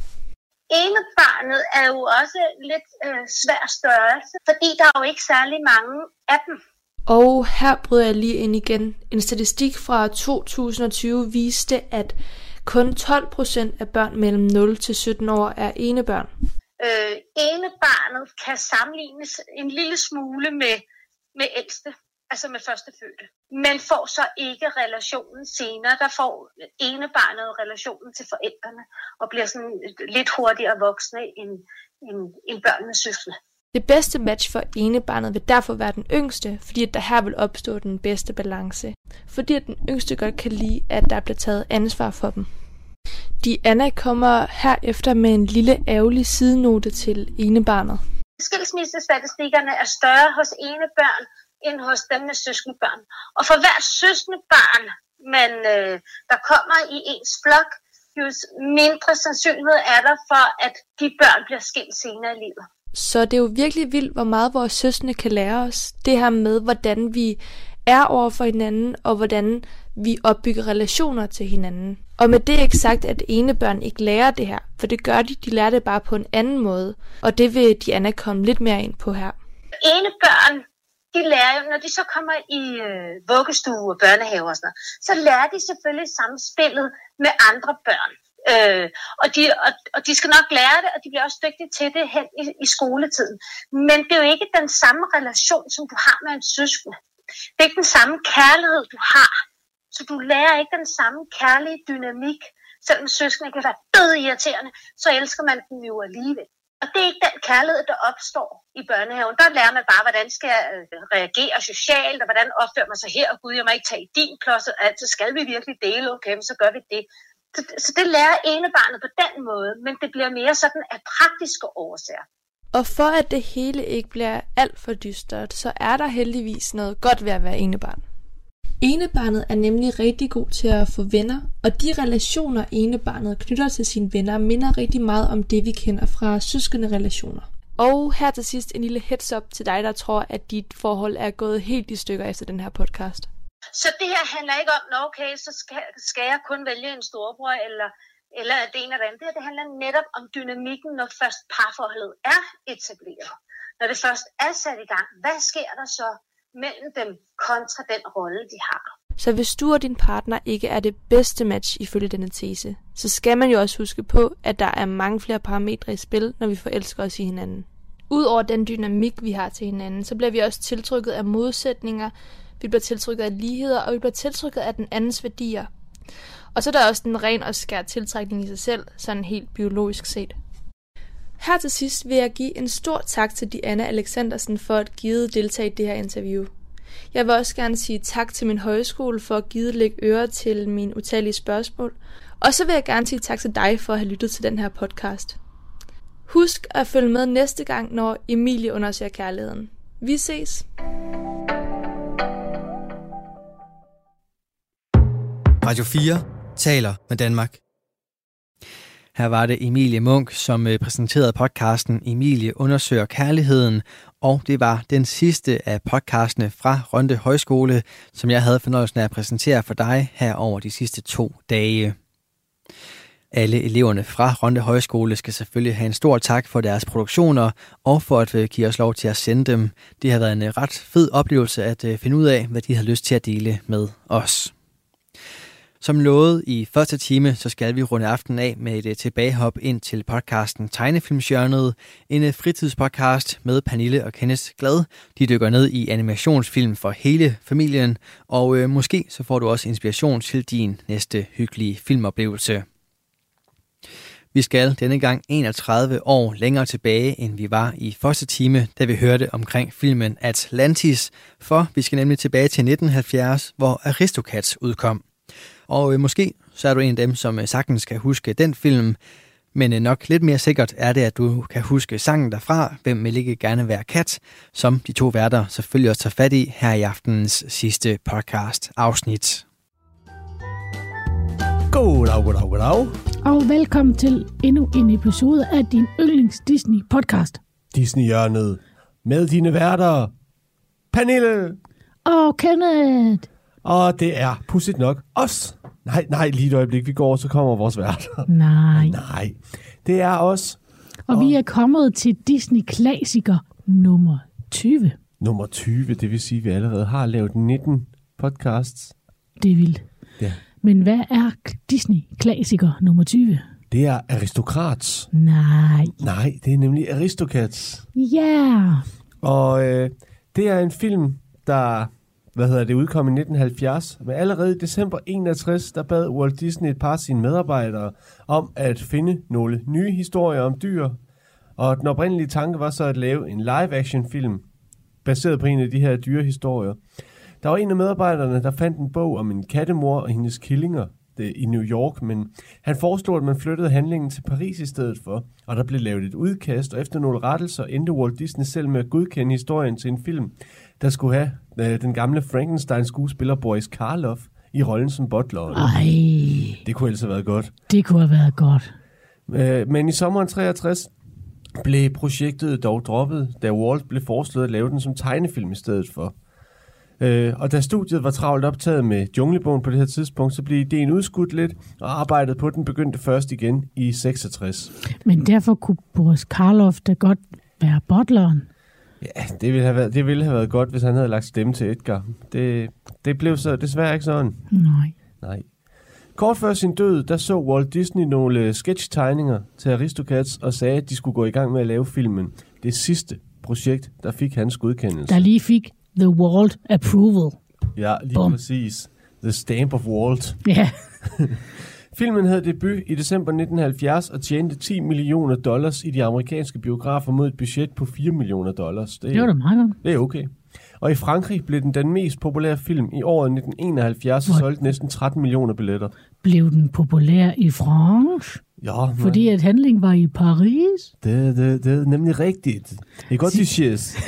Enebarnet er jo også lidt øh, svær størrelse, fordi der er jo ikke særlig mange af dem. Og her bryder jeg lige ind igen. En statistik fra to tusind og tyve viste, at kun tolv procent af børn mellem nul til sytten år er enebørn. Øh, enebarnet kan sammenlignes en lille smule med, med ældste, altså med førstefødte, men får så ikke relationen senere. Der får enebarnet relationen til forældrene og bliver sådan lidt hurtigere voksne end, end, end børnenes søskende. Det bedste match for enebarnet vil derfor være den yngste, fordi at der her vil opstå den bedste balance. Fordi at den yngste godt kan lide, at der bliver taget ansvar for dem. Diana kommer herefter med en lille ærgerlig sidenote til enebarnet. Skilsmissestatistikkerne er større hos enebørn end hos dem med søskendebørn. Og for hver søskendebarn, man, øh, der kommer i ens flok, jo mindre sandsynlighed er der for, at de børn bliver skilt senere i livet. Så det er jo virkelig vildt, hvor meget vores søskende kan lære os. Det her med, hvordan vi er over for hinanden, og hvordan vi opbygger relationer til hinanden. Og med det er ikke sagt, at enebørn ikke lærer det her, for det gør de, de lærer det bare på en anden måde. Og det vil Diana komme lidt mere ind på her. Enebørn, de lærer jo, når de så kommer i øh, vuggestue og børnehave og sådan noget, så lærer de selvfølgelig samspillet med andre børn. Øh, og, de, og, og de skal nok lære det, og de bliver også dygtige til det hen i, i skoletiden. Men det er jo ikke den samme relation, som du har med en søskende. Det er ikke den samme kærlighed, du har. Så du lærer ikke den samme kærlige dynamik. Selvom søskende kan være død irriterende, så elsker man dem jo alligevel. Og det er ikke den kærlighed, der opstår i børnehaven. Der lærer man bare, hvordan skal jeg reagere socialt, og hvordan opfører man sig her, og gud, jeg må ikke tage i din klods, altså skal vi virkelig dele, okay, så gør vi det. Så, så det lærer enebarnet på den måde, men det bliver mere sådan af praktiske årsager. Og for at det hele ikke bliver alt for dystert, så er der heldigvis noget godt ved at være enebarn. Enebarnet er nemlig rigtig god til at få venner, og de relationer enebarnet knytter til sine venner minder rigtig meget om det, vi kender fra søskende relationer. Og her til sidst en lille heads up til dig, der tror, at dit forhold er gået helt i stykker efter den her podcast. Så det her handler ikke om, at okay, så skal, skal jeg kun vælge en storebror, eller, eller det ene eller andet. Det her det handler netop om dynamikken, når først parforholdet er etableret. Når det først er sat i gang, hvad sker der så mellem dem kontra den rolle, de har? Så hvis du og din partner ikke er det bedste match ifølge denne tese, så skal man jo også huske på, at der er mange flere parametre i spil, når vi forelsker os i hinanden. Udover den dynamik, vi har til hinanden, så bliver vi også tiltrykket af modsætninger, vi bliver tiltrykket af ligheder, og vi bliver tiltrykket af den andens værdier. Og så er der også den ren og skær tiltrækning i sig selv, sådan helt biologisk set. Her til sidst vil jeg give en stor tak til Diana Alexandersen for at give deltage i det her interview. Jeg vil også gerne sige tak til min højskole for at give lægge øre til mine utallige spørgsmål. Og så vil jeg gerne sige tak til dig for at have lyttet til den her podcast. Husk at følge med næste gang, når Emilie undersøger kærligheden. Vi ses! Radio fire taler med Danmark. Her var det Emilie Munk, som præsenterede podcasten Emilie undersøger kærligheden, og det var den sidste af podcastene fra Rønde Højskole, som jeg havde fornøjelsen af at præsentere for dig her over de sidste to dage. Alle eleverne fra Rønde Højskole skal selvfølgelig have en stor tak for deres produktioner og for at give os lov til at sende dem. Det har været en ret fed oplevelse at finde ud af, hvad de har lyst til at dele med os. Som lovet i første time, så skal vi runde aftenen af med et tilbagehop ind til podcasten Tegnefilmsjørnet. En fritidspodcast med Pernille og Kenneth Glad. De dykker ned i animationsfilm for hele familien, og øh, måske så får du også inspiration til din næste hyggelige filmoplevelse. Vi skal denne gang enogtredive år længere tilbage, end vi var i første time, da vi hørte omkring filmen Atlantis, for vi skal nemlig tilbage til nitten halvfjerds, hvor Aristocats udkom. Og øh, måske så er du en af dem, som øh, sagtens kan huske den film, men øh, nok lidt mere sikkert er det, at du kan huske sangen derfra, Hvem vil ikke gerne være kat, som de to værter selvfølgelig også tager fat i her i aftenens sidste podcast-afsnit. Goddag, goddag, goddag. Og velkommen til endnu en episode af din yndlings Disney podcast. Disney-hjørnet med dine værter, Pernille og Kenneth. Og det er pudsigt nok os. Nej, nej, lige et øjeblik, vi går, så kommer vores værter. Nej. Nej, det er os. Og, og vi er kommet til Disney-klassiker nummer tyve. Nummer tyve, det vil sige, at vi allerede har lavet nitten podcasts. Det er vildt. Ja. Men hvad er Disney-klassiker nummer tyve? Det er Aristocats. Nej. Nej, det er nemlig Aristocats. Ja. Yeah. Og øh, det er en film, der... Hvad hedder det, udkom i nitten halvfjerds, men allerede i december enogtres, der bad Walt Disney et par af sine medarbejdere om at finde nogle nye historier om dyr, og den oprindelige tanke var så at lave en live-action-film, baseret på en af de her dyrehistorier. Der var en af medarbejderne, der fandt en bog om en kattemor og hendes killinger i New York, men han foreslog, at man flyttede handlingen til Paris i stedet for, og der blev lavet et udkast, og efter nogle rettelser endte Walt Disney selv med at godkende historien til en film, der skulle have øh, den gamle Frankenstein-skuespiller Boris Karloff i rollen som butler. Ej. Det kunne ellers have været godt. Det kunne have været godt. Øh, men i sommeren treogtres blev projektet dog droppet, da Walt blev foreslået at lave den som tegnefilm i stedet for. Øh, og da studiet var travlt optaget med Junglebogen på det her tidspunkt, så blev ideen udskudt lidt, og arbejdet på den begyndte først igen i seksogtres. Men derfor kunne Boris Karloff da godt være butleren. Ja, det ville, have været, det ville have været godt, hvis han havde lagt stemme til Edgar. Det, det blev så desværre ikke sådan. Nej. Nej. Kort før sin død, der så Walt Disney nogle sketch-tegninger til Aristocats og sagde, at de skulle gå i gang med at lave filmen. Det sidste projekt, der fik hans godkendelse. Der lige fik The Walt Approval. Ja, lige Bum. præcis. The Stamp of Walt. Ja. Filmen havde debut i december nitten halvfjerds og tjente ti millioner dollars i de amerikanske biografer mod et budget på fire millioner dollars. Det, det var da meget godt. Det er okay. Og i Frankrig blev den den mest populære film i året nitten enoghalvfjerds og solgte næsten tretten millioner billetter. Blev den populær i France? Ja. Men... Fordi at handlingen var i Paris? Det, det, det er nemlig rigtigt. Det er godt, de siger.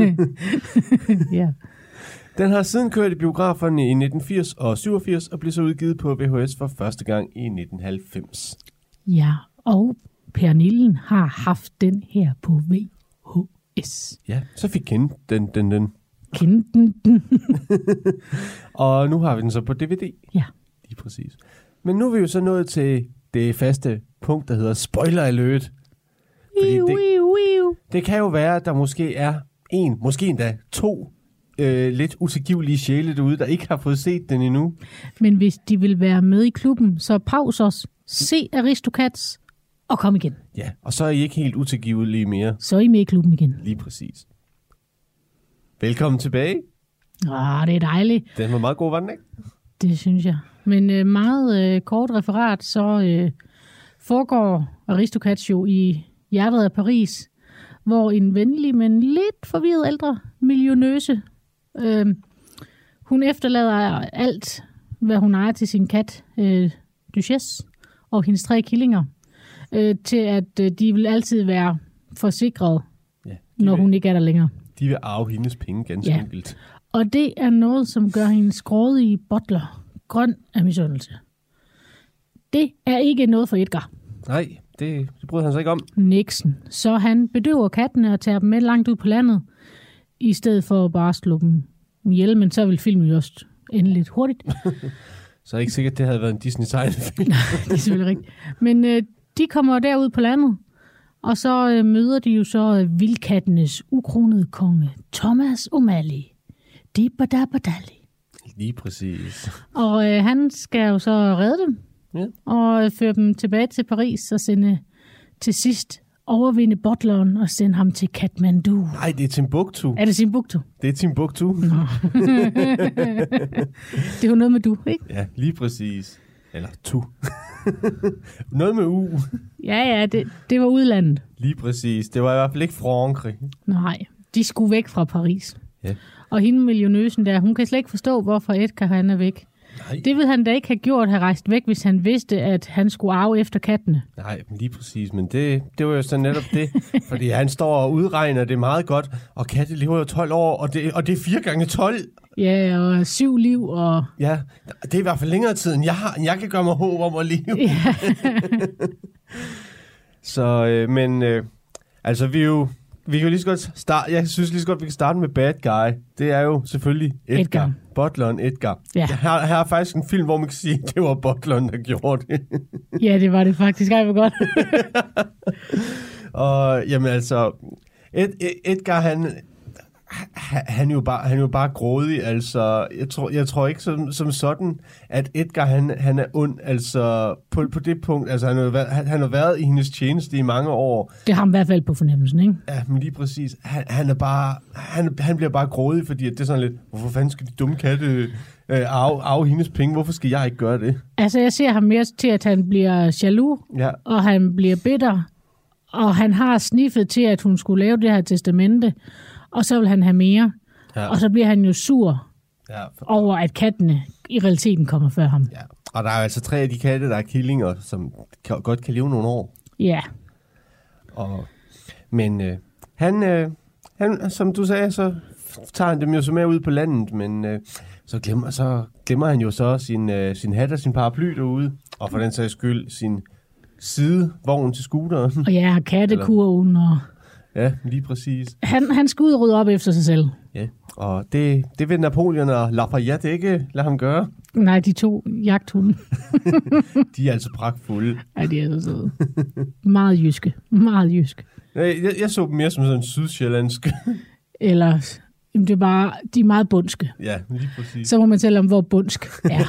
Ja. Den har siden kørt i biograferne i nitten firs og syvogfirs og blev så udgivet på V H S for første gang i nitten halvfems. Ja, og Pernillen har haft den her på V H S. Ja, så fik Kent den, den, den. Kent den, den. Og nu har vi den så på D V D. Ja. Lige præcis. Men nu er vi jo så nået til det faste punkt, der hedder spoiler alert. Fordi Iu, det, iu, iu. det kan jo være, at der måske er en, måske endda to øh, lidt utilgivelige sjæle derude, der ikke har fået set den endnu. Men hvis de vil være med i klubben, så pause os, se Aristocats og kom igen. Ja, og så er I ikke helt utilgivelige mere. Så er I med i klubben igen. Lige præcis. Velkommen tilbage. Ah, det er dejligt. Den var meget god, var den ikke? Det synes jeg. Men øh, meget øh, kort referat, så øh, foregår Aristocats jo i hjertet af Paris, hvor en venlig, men lidt forvirret ældre millionøse, øh, hun efterlader alt, hvad hun ejer til sin kat, øh, Duchesse, og hendes tre killinger, øh, til at øh, de vil altid være forsikret, ja, når vil, hun ikke er der længere. De vil arve hendes penge ganske ja. enkelt. Og det er noget, som gør hende skrådige butler grøn af misundelse. Det er ikke noget for Edgar. Nej, det, det bryder han sig ikke om. Nixon. Så han bedøver kattene og tager dem med langt ud på landet, i stedet for at bare slå dem ihjel, men så vil filmen jo også ende lidt hurtigt. Så er det ikke sikkert, at det havde været en Disney-tegnefilm. Nej, det er selvfølgelig rigtigt. Men øh, de kommer derud på landet, og så øh, møder de jo så øh, vildkattenes ukronede konge, Thomas O'Malley. Dibadabadali. Lige præcis. Og øh, han skal jo så redde dem, ja. og føre dem tilbage til Paris, og sende til sidst overvinde butleren og sende ham til Kathmandu. Nej, det er Timbuktu. Er det Timbuktu? Det er Timbuktu. Nå. Det er jo noget med du, ikke? Ja, lige præcis. Eller tu. Noget med u. Ja, ja, det, det var udlandet. Lige præcis. Det var i hvert fald ikke Frankrig. Nej, de skulle væk fra Paris. Ja. Og hende millionøsen der, hun kan slet ikke forstå, hvorfor Edgar han er væk. Nej. Det ville han da ikke have gjort, have rejst væk, hvis han vidste, at han skulle arve efter kattene. Nej, lige præcis. Men det, det var jo så netop det. Fordi han står og udregner det meget godt. Og katte lever jo tolv år, og det, og det er fire gange tolv. Ja, og syv liv, og... Ja, det er i hvert fald længere tid, end jeg har. End jeg kan gøre mig håb om at leve. Ja. så, øh, men... Øh, altså, vi er jo... Vi kan jo lige så godt starte, jeg synes lige så godt, vi kan starte med Bad Guy. Det er jo selvfølgelig Edgar. Edgar. Butleren Edgar. Ja. Her, her er faktisk en film, hvor man kan sige, at det var butleren, der gjorde det. Ja, det var det faktisk. Ej, hvor godt. Og jamen altså, Ed, Edgar, han, han, er jo bare, han er jo bare grådig. Altså, jeg tror, jeg tror ikke som, som sådan, at Edgar, han, han er ond. Altså, på, på det punkt, altså, han har, været, han, han har været i hendes tjeneste i mange år. Det har han i hvert fald på fornemmelsen, ikke? Ja, men lige præcis. Han, han er bare, han, han bliver bare grådig, fordi at det er sådan lidt, hvorfor fanden skal de dumme katte øh, arve, arve hendes penge? Hvorfor skal jeg ikke gøre det? Altså, jeg ser ham mere til, at han bliver jaloux, ja. Og han bliver bitter, og han har sniffet til, at hun skulle lave det her testamente, og så vil han have mere. Ja. Og så bliver han jo sur ja, for... over, at kattene i realiteten kommer før ham. Ja. Og der er altså tre af de katte, der er killinger, som kan, godt kan leve nogle år. Ja. Og, men øh, han, øh, han, som du sagde, så tager han dem jo så med ud på landet, men øh, så, glemmer, så glemmer han jo så sin, øh, sin hat og sin paraply derude, og for den sags skyld sin sidevogn til scooteren. Og ja, kattekurven og... Ja, lige præcis. Han, han skal ud og rydde op efter sig selv. Ja, og det, det vil Napoleon og Lafayette ikke lade ham gøre. Nej, de to jagthunde. De er altså pragtfulde. Ja, de er så søde. Meget jyske. Meget jysk. Jeg, jeg så dem mere som sådan sydsjællandsk. Eller, det er bare, de er meget bundske. Ja, lige præcis. Så må man tælle om, hvor bundsk er.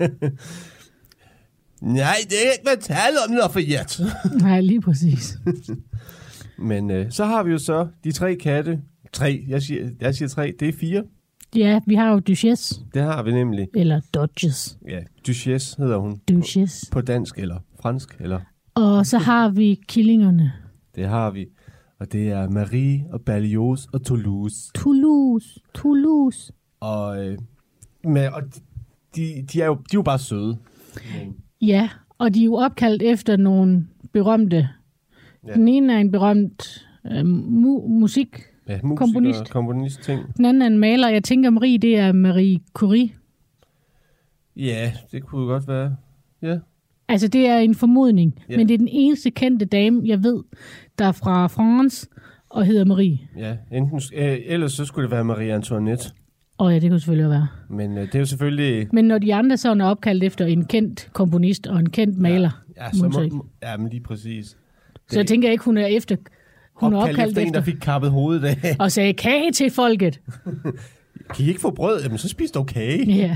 Nej, det er ikke, hvad tale om Lafayette. Nej, lige præcis. Men øh, så har vi jo så de tre katte. Tre, jeg siger, jeg siger tre, det er fire. Ja, vi har jo Duchesse. Det har vi nemlig. Eller Duchess. Ja, Duchesse hedder hun. Duchesse. På, på dansk eller fransk. Eller. Og så har vi killingerne. Det har vi. Og det er Marie og Berlioz og Toulouse. Toulouse. Toulouse. Og, øh, med, og de, de, er jo, de er jo bare søde. Men... Ja, og de er jo opkaldt efter nogle berømte. Ja. Den ene er en berømt øh, mu- musik. Ja, komponist. komponist ting. Den anden er en maler. Jeg tænker, Marie, det er Marie Curie. Ja, det kunne godt være. Ja. Altså, det er en formodning. Ja. Men det er den eneste kendte dame, jeg ved, der er fra France og hedder Marie. Ja, enten, øh, ellers så skulle det være Marie Antoinette. Åh oh, ja, det kunne selvfølgelig være. Men øh, det er jo selvfølgelig... Men når de andre sådan er opkaldt efter en kendt komponist og en kendt maler. Ja, ja, så må, ja men lige præcis. Det så jeg tænker ikke, hun er efter... Hun opkaldt, er opkaldt efter en, der fik kappet hovedet af. Og sagde kage til folket. Kan I ikke få brød? Jamen, så spis dog kage. Ja.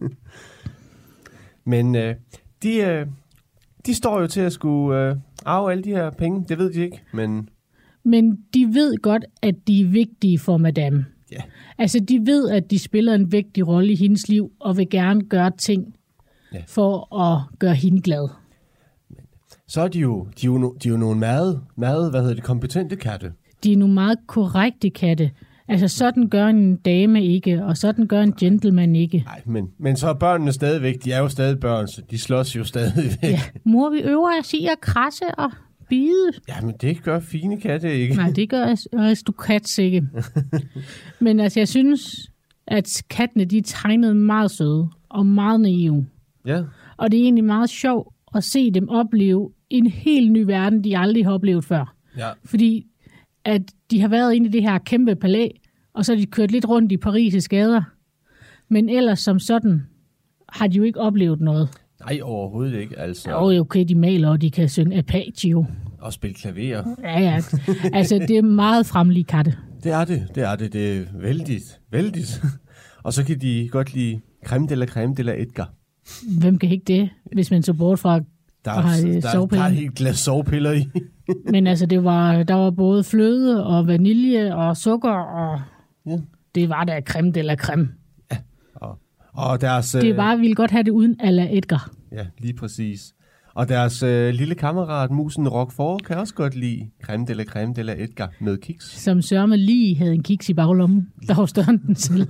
Men øh, de, øh, de står jo til at skulle øh, arve alle de her penge. Det ved de ikke, men... Men de ved godt, at de er vigtige for madame. Ja. Altså, de ved, at de spiller en vigtig rolle i hendes liv, og vil gerne gøre ting ja. for at gøre hende glad. Så er de jo, de er jo, de er jo nogle meget, meget, hvad hedder det, kompetente katte. De er nogle meget korrekte katte. Altså, sådan gør en dame ikke, og sådan gør en gentleman ikke. Nej, men, men så er børnene stadigvæk, de er jo stadig børn, så de slås jo stadigvæk. Ja, mor, vi øver os i at krasse og bide. Ja, men det gør fine katte ikke. Nej, det gør aristokats ikke. Men altså, jeg synes, at kattene, de er tegnet meget søde og meget naive. Ja. Og det er egentlig meget sjovt at se dem opleve en helt ny verden, de aldrig har oplevet før. Ja. Fordi at de har været inde i det her kæmpe palæ, og så har de kørt lidt rundt i Paris' gader. Men ellers som sådan har de jo ikke oplevet noget. Nej, overhovedet ikke. Altså... Jo, okay, de maler, og de kan synge Apache. Og spille klaver. Ja, ja. Altså, det er meget fremlige katte. Det er det, det er det. Det er vældigt, vældigt. Og så kan de godt lide Creme de la creme de la Edgar. Hvem kan ikke det, hvis man så bort fra Der fra, øh, er, der, der sovepiller? er et helt glas sovepiller i. Men altså, det var, der var både fløde og vanilje og sukker, og ja. det var da creme de la creme. Og deres, Det er bare, ville godt have det uden à la Edgar. Ja, lige præcis. Og deres øh, lille kammerat, musen Roquefort, kan også godt lide creme de la creme de la Edgar med kiks. Som Sørme lige havde en kiks i baglommen, der var større end den selv.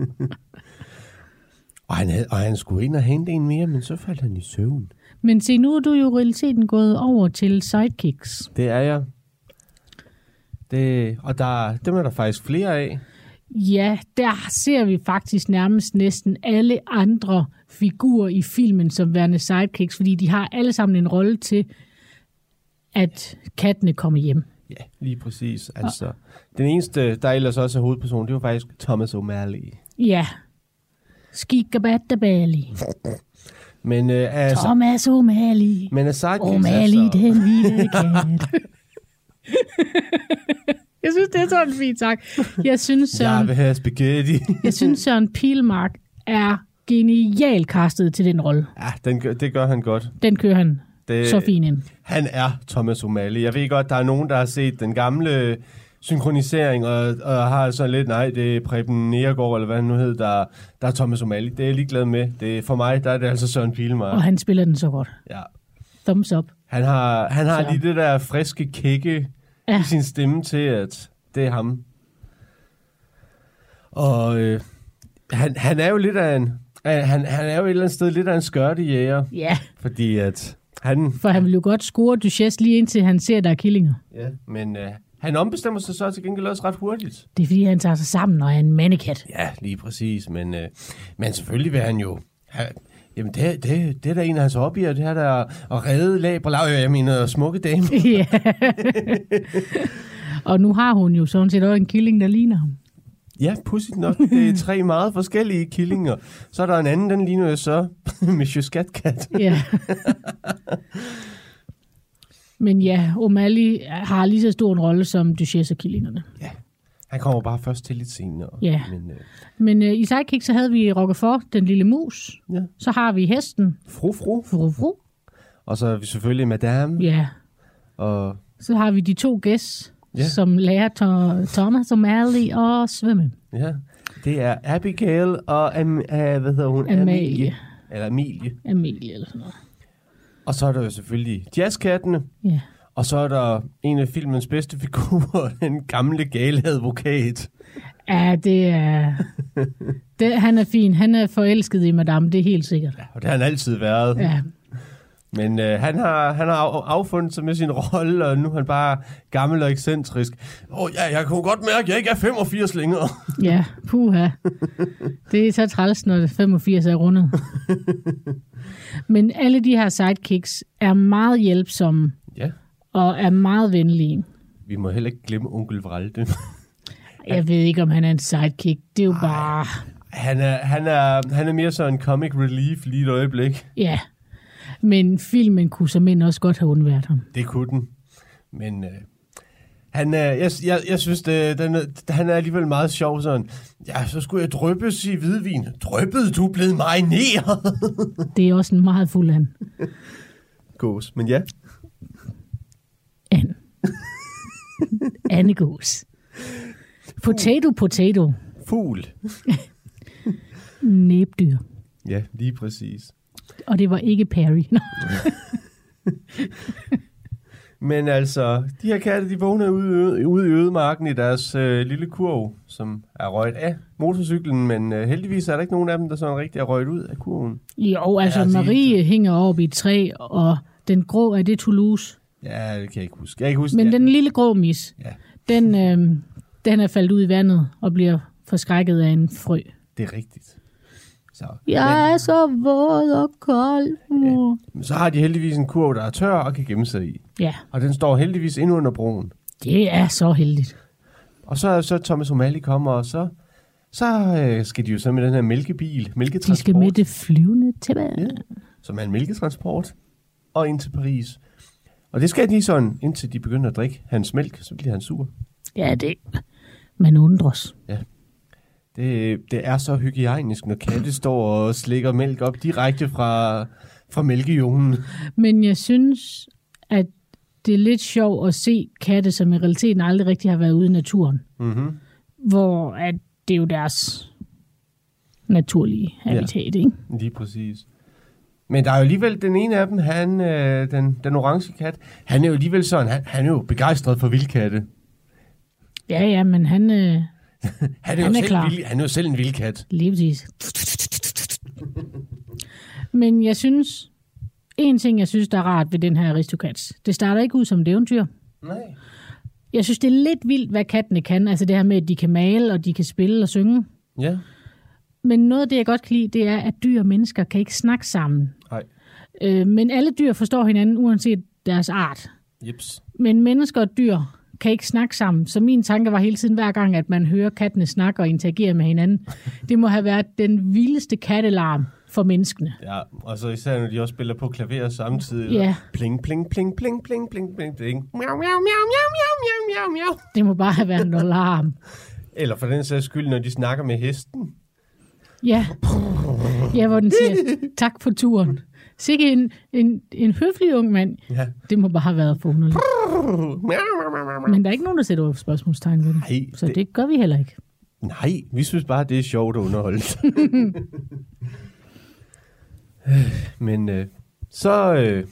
og, han havde, og han skulle ind og hente en mere, men så faldt han i søvn. Men se, nu er du jo i realiteten gået over til sidekicks. Det er jeg. Det, og der, dem er der faktisk flere af. Ja, der ser vi faktisk nærmest næsten alle andre figurer i filmen som værende sidekicks, fordi de har alle sammen en rolle til, at kattene kommer hjem. Ja, lige præcis. Altså, og den eneste, der ellers også er hovedperson, det var faktisk Thomas O'Malley. Ja. Skigabattabali. Men øh, altså, Thomas O'Malley. Men er sidekicks O'Malley, altså... den hvide kat. Jeg synes, det er sådan en fint sagt. Jeg synes, Søren, Jeg vil have spaghetti. jeg synes, Søren Pilmark er genial castet til den rolle. Ja, den, gør- det gør han godt. Den kører han Det, så fint ind. Han er Thomas O'Malley. Jeg ved godt, der er nogen, der har set den gamle synkronisering, og, og har sådan lidt, nej, det er Preben Neergaard, eller hvad han nu hed, der, der er Thomas O'Malley. Det er jeg ligeglad med. Det, for mig, der er det altså Søren Pilmark. Og han spiller den så godt. Ja. Thumbs up. Han har, han har Så. lige det der friske kække Ja. i sin stemme til, at det er ham. Og øh, han, han er jo lidt af en... Han, han er jo et eller andet sted lidt af en skørtejæger. Ja. Fordi at han... For han vil jo godt score Duchesse lige indtil han ser, der er killinger. Ja, men øh, han ombestemmer sig så til gengæld også ret hurtigt. Det er fordi, han tager sig sammen og er en mandekat. Ja, lige præcis. Men, øh, men selvfølgelig vil han jo... have, jamen, det, det, det er da en af hans hobbyer, det her der at redde lag på lav. Jeg mener, smukke dame. Ja. Og nu har hun jo sådan set også en killing, der ligner ham. Ja, pudsigt nok. Det er tre meget forskellige killinger. Så er der en anden, den ligner jo så Monsieur Skatkat. Ja. Men ja, O'Malley har lige så stor en rolle som Duchesse og killingerne. Ja. Han kommer bare først til lidt senere. Ja. Men, øh, Men øh, i Sidekick, så havde vi Roquefort, den lille mus. Ja. Så har vi hesten. Fru, fru. Fru, fru. og så er vi selvfølgelig Madame. Ja. Og Så har vi de to gæs, Ja. som lærer to- Thomas O'Malley at svømme. ja, det er Abigail og Am, uh, hvad hedder hun? Amalie. Eller Emilie. Amelie eller sådan noget. Og så er der jo selvfølgelig jazzkattene. Ja. Og så er der en af filmens bedste figurer, den gamle gale advokat. Ja, det er... det, han er fin. Han er forelsket i madame, det er helt sikkert. Og det har han altid været. Ja. Men øh, han har, han har af- affundet sig med sin rolle, og nu er han bare gammel og ekscentrisk. Åh oh, ja, jeg kunne godt mærke, at jeg ikke er femogfirs længere. Ja, puha. Det er så træls, når femogfirs er rundet. Men alle de her sidekicks er meget hjælpsomme. Ja. Og er meget venlige. Vi må heller ikke glemme onkel Vralde. Jeg ved ikke, om han er en sidekick. Det er jo bare... Han er, han er, han er mere så en comic relief lige et øjeblik. Ja. Men filmen kunne som end også godt have undværet ham. Det kunne den. Men øh, han er, jeg, jeg, jeg synes, det, den, er- han er alligevel meget sjov sådan. Ja, så skulle jeg dryppes i hvidvin. Dryppede du blevet marineret? Det er også en meget fuld an. Gås, men ja. An. Annegås. Potato, potato. Fugl. Næbdyr. Ja, lige præcis. Og det var ikke Perry. Men altså, de her katte, de vågner ude, ude i ødemarken i deres øh, lille kurv, som er røget af motorcyklen, men øh, heldigvis er der ikke nogen af dem, der sådan rigtig er røget ud af kurven. Jo, altså Ja, altså, Marie hænger oppe i et træ, og den grå, er det Toulouse? Ja, det kan jeg ikke huske. Jeg kan ikke huske Men ja. den lille grå mis, Ja. den, øh, den er faldet ud i vandet og bliver forskrækket af en frø. Det er rigtigt. Så, Jeg er så våd og kold, mor. men så har de heldigvis en kurv, der er tør og kan gemme sig i. Ja, Og den står heldigvis inde under broen. det er så heldigt. Og så er så Thomas O'Malley kommer, og så, så øh, skal de jo så med den her mælkebil, mælketransport. De skal med det flyvende tilbage. Ja, som er en mælketransport, og ind til Paris. Og det skal de sådan, indtil de begynder at drikke hans mælk, så bliver han sur. Ja, det man undres. Ja. Det, det er så hygiejnisk, når katte står og slikker mælk op direkte fra, fra mælkejonen. Men jeg synes, at det er lidt sjovt at se katte, som i realiteten aldrig rigtig har været ude i naturen. Mm-hmm. Hvor at det er jo deres naturlige habitat, ja, ikke? Lige præcis. Men der er jo alligevel den ene af dem, han, øh, den, den orange kat, han er jo alligevel sådan, han, han er jo begejstret for vildkatte. Ja, ja, men han, øh, han, er, han jo er selv klar. Vild, han er jo selv en vildkat. Lige præcis. Men jeg synes, en ting, jeg synes, der er rart ved den her Aristocats, det starter ikke ud som et eventyr. Nej. Jeg synes, det er lidt vildt, hvad kattene kan. Altså det her med, at de kan male, og de kan spille og synge. Ja. Men noget af det, jeg godt kan lide, det er, at dyr og mennesker kan ikke snakke sammen. Nej. Øh, men alle dyr forstår hinanden, uanset deres art. Jeps. Men mennesker og dyr kan ikke snakke sammen. Så min tanke var hele tiden, hver gang, at man hører kattene snakke og interagere med hinanden. Det må have været den vildeste kattelarm for menneskene. Ja, og så især når de også spiller på klaver samtidig. Ja. Pling, pling, pling, pling, pling, pling, pling, pling. Miau, miau, miau, miau, miau, miau, miau, miau. Det må bare have været en alarm. Eller for den sags skyld, når de snakker med hesten. Ja, ja, hvor den siger, tak for turen. Sikke en, en, en høflig ung mand. Ja. Det må bare have været for underligt. Men der er ikke nogen, der sætter spørgsmålstegn ved det. Nej, så det... det gør vi heller ikke. Nej, vi synes bare, det er sjovt at underholde. Men øh, så, øh,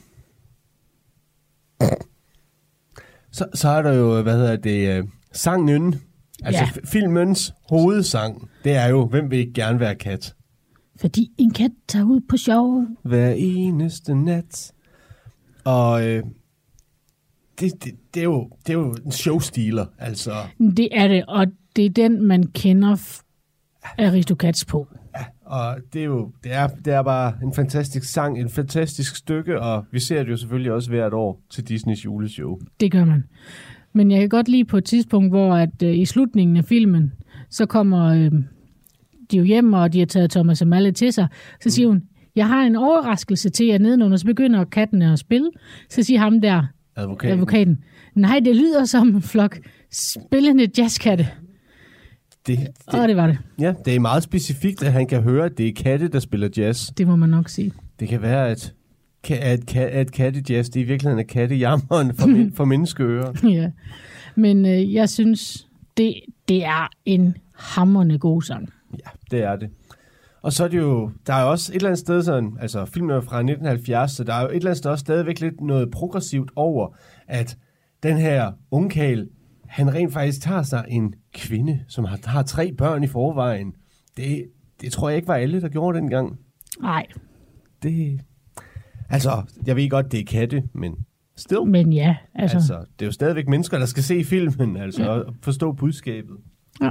så så er der jo, hvad hedder det, øh, sangen, altså Ja. f- filmens hovedsang. Det er jo, hvem vil ikke gerne være kat? Fordi en kat tager ud på sjov. Hver eneste nat. Og øh, det, det, det, er jo, det er jo en showstealer, altså. Det er det, og det er den, man kender f- Aristocats på. Og det er jo det er, det er bare en fantastisk sang, en fantastisk stykke, og vi ser det jo selvfølgelig også hvert år til Disneys juleshow. Det gør man. Men jeg kan godt lide på et tidspunkt, hvor at, øh, i slutningen af filmen, så kommer øh, de jo hjem, og de har taget Thomas og Malle til sig. Så siger hun, jeg har en overraskelse til jer nedenunder, så begynder kattene at spille. Så siger ham der, advokaten, advokaten nej, det lyder som en flok spillende jazzkatte. Det, det, og det var det. Ja, det er meget specifikt, at han kan høre, at det er katte, der spiller jazz. Det må man nok sige. Det kan være, at, at, at kattejazz, det er i virkeligheden er kattejammeren for, men, for menneskeører. Ja, men øh, jeg synes, det, det er en hamrende god sang. Ja, det er det. Og så er det jo, der er også et eller andet sted sådan, altså filmen er fra nitten halvfjerds, så der er jo et eller andet sted også stadigvæk lidt noget progressivt over, at den her ungkarl, han rent faktisk tager sig en kvinde, som har, har tre børn i forvejen. Det, det tror jeg ikke var alle, der gjorde det dengang. Nej. Det, altså, jeg ved godt, det er katte, men still. Men ja, altså. altså. Det er jo stadigvæk mennesker, der skal se filmen, altså, ja. Og forstå budskabet. Ja.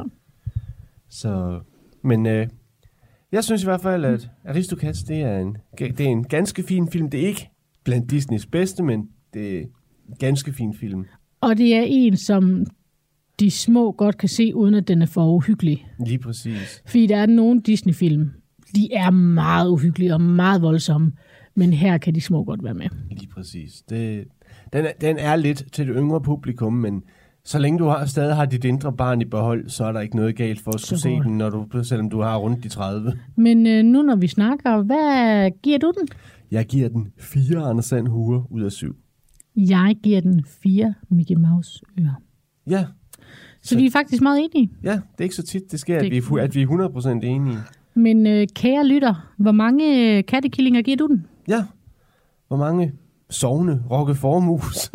Så, men øh, jeg synes i hvert fald, at Aristocats, det er, en, det er en ganske fin film. Det er ikke blandt Disneys bedste, men det er en ganske fin film. Og det er en, som de små godt kan se, uden at den er for uhyggelig. Lige præcis. Fordi der er nogle Disney-film, de er meget uhyggelige og meget voldsomme, men her kan de små godt være med. Lige præcis. Det, den, er, den er lidt til det yngre publikum, men så længe du har, stadig har dit indre barn i behold, så er der ikke noget galt for at skulle se den, når du, selvom du har rundt de tredive. Men øh, nu når vi snakker, hvad giver du den? Jeg giver den fire Anders Sand Huer ud af syv. Jeg giver den fire Mickey Mouse ører. Ja. Så, så vi er faktisk meget enige. Ja, det er ikke så tit, det sker, det... at, vi er, at vi er hundrede procent enige. Men øh, kære lytter, hvor mange øh, kattekillinger giver du den? Ja, hvor mange sovne rokke formus.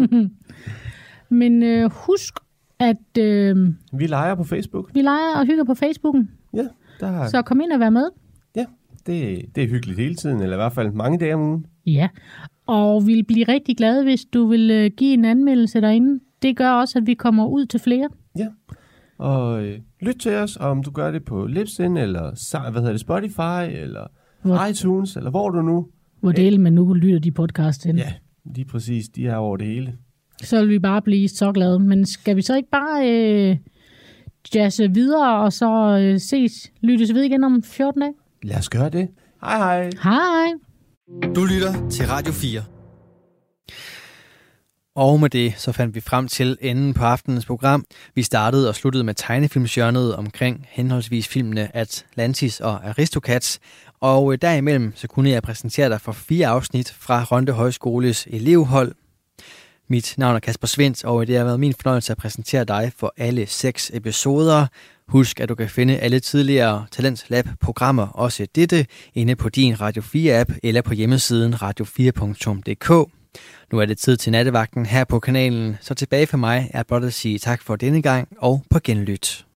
Men øh, husk, at øh, vi leger på Facebook. Vi leger og hygger på Facebooken. Ja, der har... Så kom ind og vær med. Ja, det, det er hyggeligt hele tiden, eller i hvert fald mange dage om ugen. Ja, og vi vil blive rigtig glade, hvis du vil øh, give en anmeldelse derinde. Det gør også, at vi kommer ud til flere. Ja, og øh, lyt til os, om du gør det på Libsyn, eller hvad hedder det, Spotify, eller hvor... iTunes, eller hvor du nu... Hvor delen man nu lytter de podcast til. Ja, lige præcis. De er over det hele. Så vil vi bare blive så glade. Men skal vi så ikke bare øh, jazze videre, og så øh, ses, lyttes ved igen om fjorten dage? Lad os gøre det. Hej hej. Hej. Du lytter til Radio fire. Og med det så fandt vi frem til enden på aftenens program. Vi startede og sluttede med tegnefilmsjørnet omkring henholdsvis filmene Atlantis og Aristocats. Og derimellem så kunne jeg præsentere dig for fire afsnit fra Rønde Højskoles elevhold. Mit navn er Kasper Svendt, og det har været min fornøjelse at præsentere dig for alle seks episoder. Husk, at du kan finde alle tidligere Talents Lab-programmer, også dette, inde på din Radio fire-app eller på hjemmesiden radio fire punktum d k. Nu er det tid til nattevagten her på kanalen, så tilbage for mig er blot at sige tak for denne gang og på genlyt.